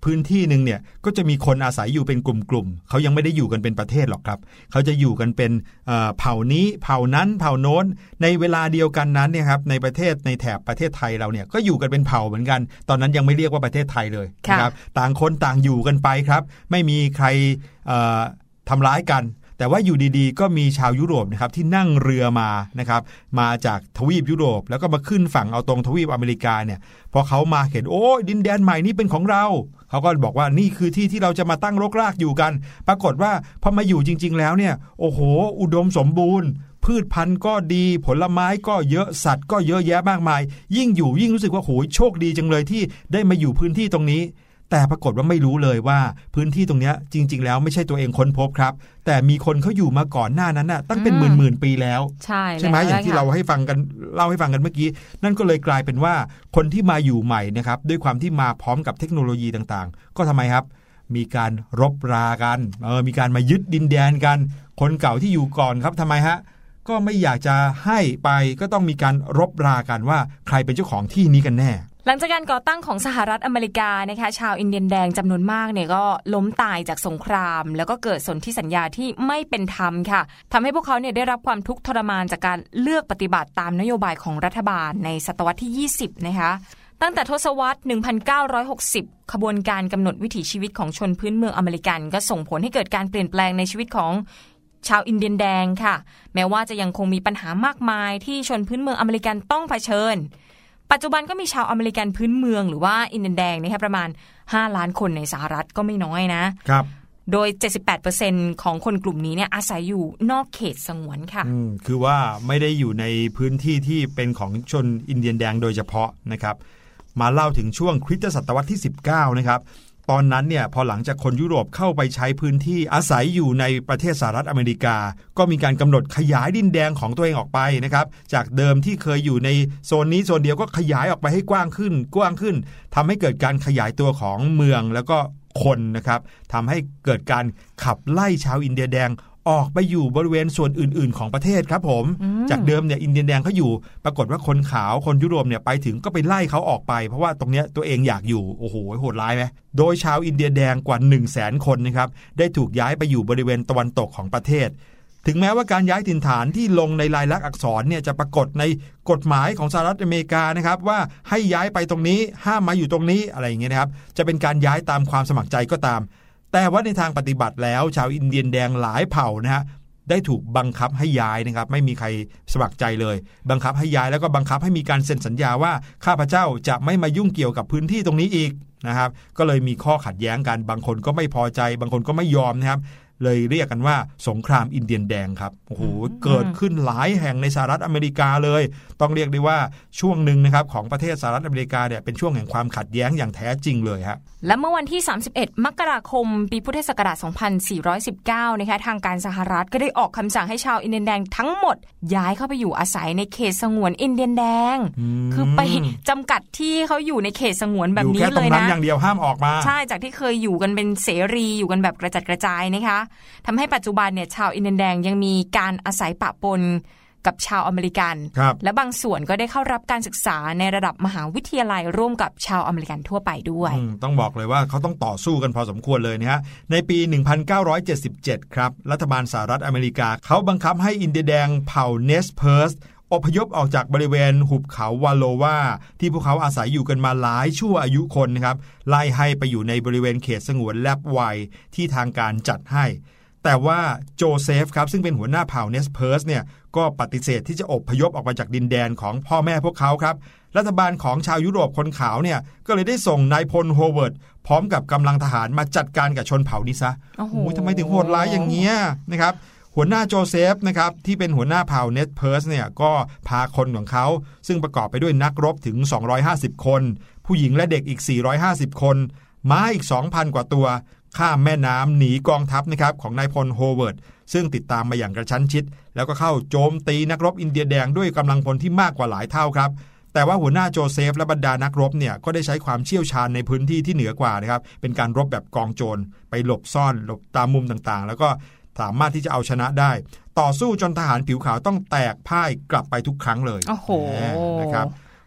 พื้นที่นึงเนี่ยก็จะมีคนอาศัยอยู่เป็นกลุ่มๆเขายังไม่ได้อยู่กันเป็นประเทศหรอกครับเขาจะอยู่กันเป็นเอ่อเผ่านี้เผ่านั้นเผ่าโน้นในเวลาเดียวกันนั้นเนี่ยครับในประเทศในแถบประเทศไทยเราเนี่ยก็อยู่กันเป็นเผ่าเหมือนกันตอนนั้นยังไม่เรียกว่าประเทศไทยเลยนะครับต่างคนต่างอยู่กันไปครับไม่มีใครเอ่อทำร้ายกันแต่ว่าอยู่ดีๆก็มีชาวยุโรปนะครับที่นั่งเรือมานะครับมาจากทวีปยุโรปแล้วก็มาขึ้นฝั่งเอาตรงทวีปอเมริกาเนี่ยพอเขามาเห็นโอ้ยดินแดนใหม่นี้เป็นของเราเขาก็บอกว่านี่คือที่ที่เราจะมาตั้งรกรากอยู่กันปรากฏว่าพอมาอยู่จริงๆแล้วเนี่ยโอ้โหอุดมสมบูรณ์พืชพันธุ์ก็ดีผลไม้ก็เยอะสัตว์ก็เยอะแยะมากมายยิ่งอยู่ยิ่งรู้สึกว่าโหยโชคดีจังเลยที่ได้มาอยู่พื้นที่ตรงนี้แต่ปรากฏว่าไม่รู้เลยว่าพื้นที่ตรงนี้จริงๆแล้วไม่ใช่ตัวเองค้นพบครับแต่มีคนเขาอยู่มาก่อนหน้านั้นน่ะตั้งเป็นหมื่นๆปีแล้วใช่ใช่ไหมอย่างที่เราให้ฟังกันเล่าให้ฟังกันเมื่อกี้นั่นก็เลยกลายเป็นว่าคนที่มาอยู่ใหม่นะครับด้วยความที่มาพร้อมกับเทคโนโลยีต่างๆก็ทำไมครับมีการรบรากันเออมีการมายึดดินแดนกันคนเก่าที่อยู่ก่อนครับทำไมฮะก็ไม่อยากจะให้ไปก็ต้องมีการรบรากันว่าใครเป็นเจ้าของที่นี้กันแน่หลังจากการก่อตั้งของสหรัฐอเมริกานะคะชาวอินเดียนแดงจำนวนมากเนี่ยก็ล้มตายจากสงครามแล้วก็เกิดสนธิสัญญาที่ไม่เป็นธรรมค่ะทำให้พวกเขาเนี่ยได้รับความทุกข์ทรมานจากการเลือกปฏิบัติตามนโยบายของรัฐบาลในศตวรรษที่ยี่สิบนะคะตั้งแต่ทศวรรษหนึ่งพันเก้าร้อยหกสิบขบวนการกำหนดวิถีชีวิตของชนพื้นเมืองอเมริกันก็ส่งผลให้เกิดการเปลี่ยนแปลงในชีวิตของชาวอินเดียนแดงค่ะแม้ว่าจะยังคงมีปัญหามากมายที่ชนพื้นเมืองอเมริกันต้องเผชิญปัจจุบันก็มีชาวอเมริกันพื้นเมืองหรือว่าอินเดียนแดงนะคะประมาณห้าล้านคนในสหรัฐก็ไม่น้อยนะครับโดย เจ็ดสิบแปดเปอร์เซ็นต์ ของคนกลุ่มนี้เนี่ยอาศัยอยู่นอกเขตสงวนค่ะอืมคือว่าไม่ได้อยู่ในพื้นที่ที่เป็นของชนอินเดียนแดงโดยเฉพาะนะครับมาเล่าถึงช่วงคริสตศตวรรษที่สิบเก้านะครับตอนนั้นเนี่ยพอหลังจากคนยุโรปเข้าไปใช้พื้นที่อาศัยอยู่ในประเทศสหรัฐอเมริกาก็มีการกำหนดขยายดินแดนของตัวเองออกไปนะครับจากเดิมที่เคยอยู่ในโซนนี้โซนเดียวก็ขยายออกไปให้กว้างขึ้นกว้างขึ้นทำให้เกิดการขยายตัวของเมืองแล้วก็คนนะครับทำให้เกิดการขับไล่ชาวอินเดียแดงออกไปอยู่บริเวณส่วนอื่นๆของประเทศครับผมจากเดิมเนี่ยอินเดียแดงเขาอยู่ปรากฏว่าคนขาวคนยุโรปเนี่ยไปถึงก็ไปไล่เขาออกไปเพราะว่าตรงเนี้ยตัวเองอยากอยู่โอ้โหโหดร้ายไหมโดยชาวอินเดียแดงกว่า หนึ่งแสน คนนะครับได้ถูกย้ายไปอยู่บริเวณตะวันตกของประเทศถึงแม้ว่าการย้ายถิ่นฐานที่ลงในลายลักษณ์อักษรเนี่ยจะปรากฏในกฎหมายของสหรัฐอเมริกานะครับว่าให้ย้ายไปตรงนี้ห้ามมาอยู่ตรงนี้อะไรอย่างเงี้ยนะครับจะเป็นการย้ายตามความสมัครใจก็ตามแต่ว่าในทางปฏิบัติแล้วชาวอินเดียแดงหลายเผ่านะฮะได้ถูกบังคับให้ย้ายนะครับไม่มีใครสมัครใจเลยบังคับให้ย้ายแล้วก็บังคับให้มีการเซ็นสัญญาว่าข้าพเจ้าจะไม่มายุ่งเกี่ยวกับพื้นที่ตรงนี้อีกนะครับก็เลยมีข้อขัดแย้งกันบางคนก็ไม่พอใจบางคนก็ไม่ยอมนะครับเลยเรียกกันว่าสงครามอินเดียนแดงครับโอ้โหเกิดขึ้นหลายแห่งในสหรัฐอเมริกาเลยต้องเรียกได้ว่าช่วงหนึ่งนะครับของประเทศสหรัฐอเมริกาเนี่ยเป็นช่วงแห่งความขัดแย้งอย่างแท้จริงเลยฮะและเมื่อวันที่สามสิบเอ็ดมกราคมปีพุทธศักราชสองพันสี่ร้อยสิบเก้านะคะทางการสหรัฐก็ได้ออกคำสั่งให้ชาวอินเดียนแดงทั้งหมดย้ายเข้าไปอยู่อาศัยในเขตสงวนอินเดียนแดงคือไปจำกัดที่เขาอยู่ในเขตสงวนแบบนี้เลยนะอยู่แค่ตรงนั้นอย่างเดียวห้ามออกมาใช่จากที่เคยอยู่กันเป็นเสรีอยู่กันแบบกระจัดกระจายนะคะทำให้ปัจจุบันเนี่ยชาวอินเดียนแดงยังมีการอาศัยปะปนกับชาวอเมริกันและบางส่วนก็ได้เข้ารับการศึกษาในระดับมหาวิทยาลัยร่วมกับชาวอเมริกันทั่วไปด้วยต้องบอกเลยว่าเขาต้องต่อสู้กันพอสมควรเลยนะฮะในปีหนึ่งพันเก้าร้อยเจ็ดสิบเจ็ดครับรัฐบาลสหรัฐอเมริกาเขาบังคับให้อินเดียแดงเผ่าเนสเพิร์สอพยพออกจากบริเวณหุบเขาวาโลวาที่พวกเขาอาศัยอยู่กันมาหลายชั่วอายุคนนะครับไล่ให้ไปอยู่ในบริเวณเขตสงวนแลบไวที่ทางการจัดให้แต่ว่าโจเซฟครับซึ่งเป็นหัวหน้าเผ่าเนสเพิร์สเนี่ยก็ปฏิเสธที่จะอพยพออกมาจากดินแดนของพ่อแม่พวกเขาครับรัฐบาลของชาวยุโรปคนขาวเนี่ยก็เลยได้ส่งนายพลโฮเวิร์ดพร้อมกับกำลังทหารมาจัดการกับชนเผ่านี้ซะโอ้โหทำไมถึงโหดร้ายอย่างเงี้ยนะครับหัวหน้าโจเซฟนะครับที่เป็นหัวหน้าเผ่าเนสเพิร์สเนี่ยก็พาคนของเขาซึ่งประกอบไปด้วยนักรบถึงสองร้อยห้าสิบคนผู้หญิงและเด็กอีกสี่ร้อยห้าสิบคนม้าอีก สองพัน กว่าตัวข้ามแม่น้ำหนีกองทัพนะครับของนายพลโฮเวิร์ดซึ่งติดตามมาอย่างกระชั้นชิดแล้วก็เข้าโจมตีนักรบอินเดียแดงด้วยกำลังพลที่มากกว่าหลายเท่าครับแต่ว่าหัวหน้าโจเซฟและบรรดานักรบเนี่ยก็ได้ใช้ความเชี่ยวชาญในพื้นที่ที่เหนือกว่านะครับเป็นการรบแบบกองโจรไปหลบซ่อนหลบตามมุมต่างๆแล้วก็สามารถที่จะเอาชนะได้ต่อสู้จนทหารผิวขาวต้องแตกพ่ายกลับไปทุกครั้งเลยโอ้โหนะครับ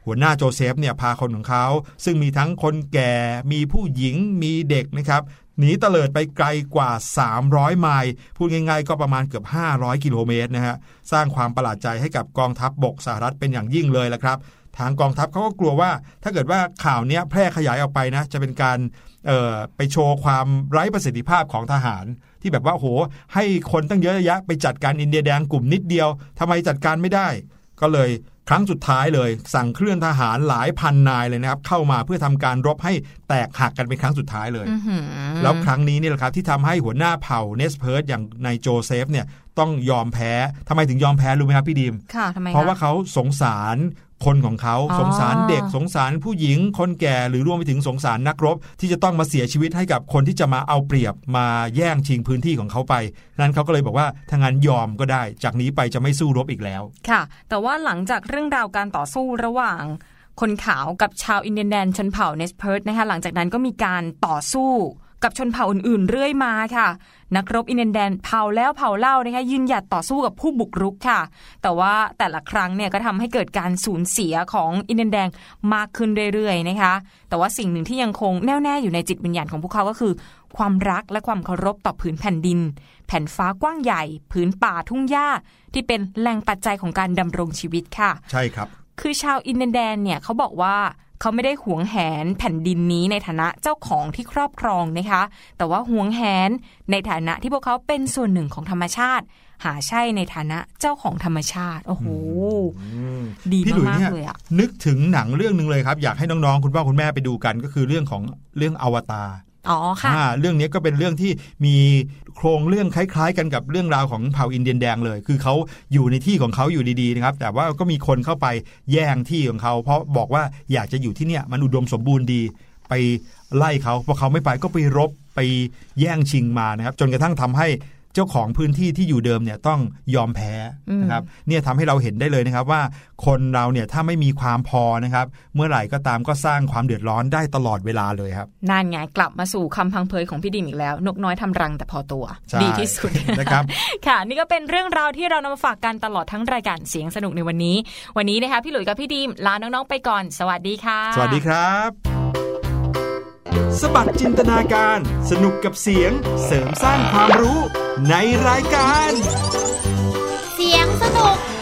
หัวหน้าโจเซฟเนี่ยพาคนของเขาซึ่งมีทั้งคนแก่มีผู้หญิงมีเด็กนะครับหนีเตลิดไปไกลกว่าสามร้อยไมล์พูดง่ายๆก็ประมาณเกือบห้าร้อยกิโลเมตรนะฮะสร้างความประหลาดใจให้กับกองทัพบกสหรัฐเป็นอย่างยิ่งเลยละครับทางกองทัพเขาก็กลัวว่าถ้าเกิดว่าข่าวนี้แพร่ขยายออกไปนะจะเป็นการเอ่อไปโชว์ความไร้ประสิทธิภาพของทหารที่แบบว่าโหให้คนตั้งเยอะแยะไปจัดการอินเดียแดงกลุ่มนิดเดียวทำไมจัดการไม่ได้ก็เลยครั้งสุดท้ายเลยสั่งเคลื่อนทหารหลายพันนายเลยนะครับเข้ามาเพื่อทำการรบให้แตกหักกันเป็นครั้งสุดท้ายเลยแล้วครั้งนี้นี่แหละครับที่ทำให้หัวหน้าเผ่าเนสเพิร์ดอย่างนายโจเซฟเนี่ยต้องยอมแพ้ทำไมถึงยอมแพ้รู้ไหมครับพี่ดีมค่ะทำไมเพราะว่าเขาสงสารคนของเขาสงสารเด็กสงสารผู้หญิงคนแก่หรือรวมไปถึงสงสารนักรบที่จะต้องมาเสียชีวิตให้กับคนที่จะมาเอาเปรียบมาแย่งชิงพื้นที่ของเขาไปนั้นเขาก็เลยบอกว่าถ้างั้นยอมก็ได้จากนี้ไปจะไม่สู้รบอีกแล้วค่ะแต่ว่าหลังจากเรื่องราวการต่อสู้ระหว่างคนขาวกับชาวอินเดียนแดนชนเผ่าเนสเพิร์ดนะคะหลังจากนั้นก็มีการต่อสู้กับชนเผ่าอื่นๆเรื่อยมาค่ะนักรบอินเดียนแดนเผ่าแล้วเผ่าเล่านะคะยืนหยัดต่อสู้กับผู้บุกรุกค่ะแต่ว่าแต่ละครั้งเนี่ยก็ทำให้เกิดการสูญเสียของอินเดียนแดงมากขึ้นเรื่อยๆนะคะแต่ว่าสิ่งหนึ่งที่ยังคงแน่วแน่อยู่ในจิตวิญญาณของพวกเขาก็คือความรักและความเคารพต่อผืนแผ่นดินแผ่นฟ้ากว้างใหญ่ผืนป่าทุ่งหญ้าที่เป็นแหล่งปัจจัยของการดำรงชีวิตค่ะใช่ครับคือชาวอินเดียนแดนเนี่ยเขาบอกว่าเขาไม่ได้หวงแหนแผ่นดินนี้ในฐานะเจ้าของที่ครอบครองนะคะแต่ว่าหวงแหนในฐานะที่พวกเขาเป็นส่วนหนึ่งของธรรมชาติหาใช่ในฐานะเจ้าของธรรมชาติโอ้โหดีมากๆเลยอ่ะนึกถึงหนังเรื่องนึงเลยครับอยากให้น้องๆคุณพ่อคุณแม่ไปดูกันก็คือเรื่องของเรื่องอวตารอ๋อค่ะเรื่องนี้ก็เป็นเรื่องที่มีโครงเรื่องคล้ายๆกันกับเรื่องราวของเผ่าอินเดียนแดงเลยคือเขาอยู่ในที่ของเขาอยู่ดีๆนะครับแต่ว่าก็มีคนเข้าไปแย่งที่ของเขาเพราะบอกว่าอยากจะอยู่ที่เนี่ยมันอุดมสมบูรณ์ดีไปไล่เขาพอเขาไม่ไปก็ไปรบไปแย่งชิงมานะครับจนกระทั่งทำให้เจ้าของพื้นที่ที่อยู่เดิมเนี่ยต้องยอมแพ้นะครับเนี่ยทำให้เราเห็นได้เลยนะครับว่าคนเราเนี่ยถ้าไม่มีความพอนะครับเมื่อไหร่ก็ตามก็สร้างความเดือดร้อนได้ตลอดเวลาเลยครับนั่นไงกลับมาสู่คำพังเพยของพี่ดิมอีกแล้วนกน้อยทำรังแต่พอตัวดีที่สุดนะครับค่ะนี่ก็เป็นเรื่องราวที่เรานำมาฝากกันตลอดทั้งรายการเสียงสนุกในวันนี้วันนี้นะคะพี่หลุยส์กับพี่ดิมลาน้องๆไปก่อนสวัสดีค่ะสวัสดีครับสบัดจินตนาการสนุกกับเสียงเสริมสร้างความรู้ในรายการเสียงสนุก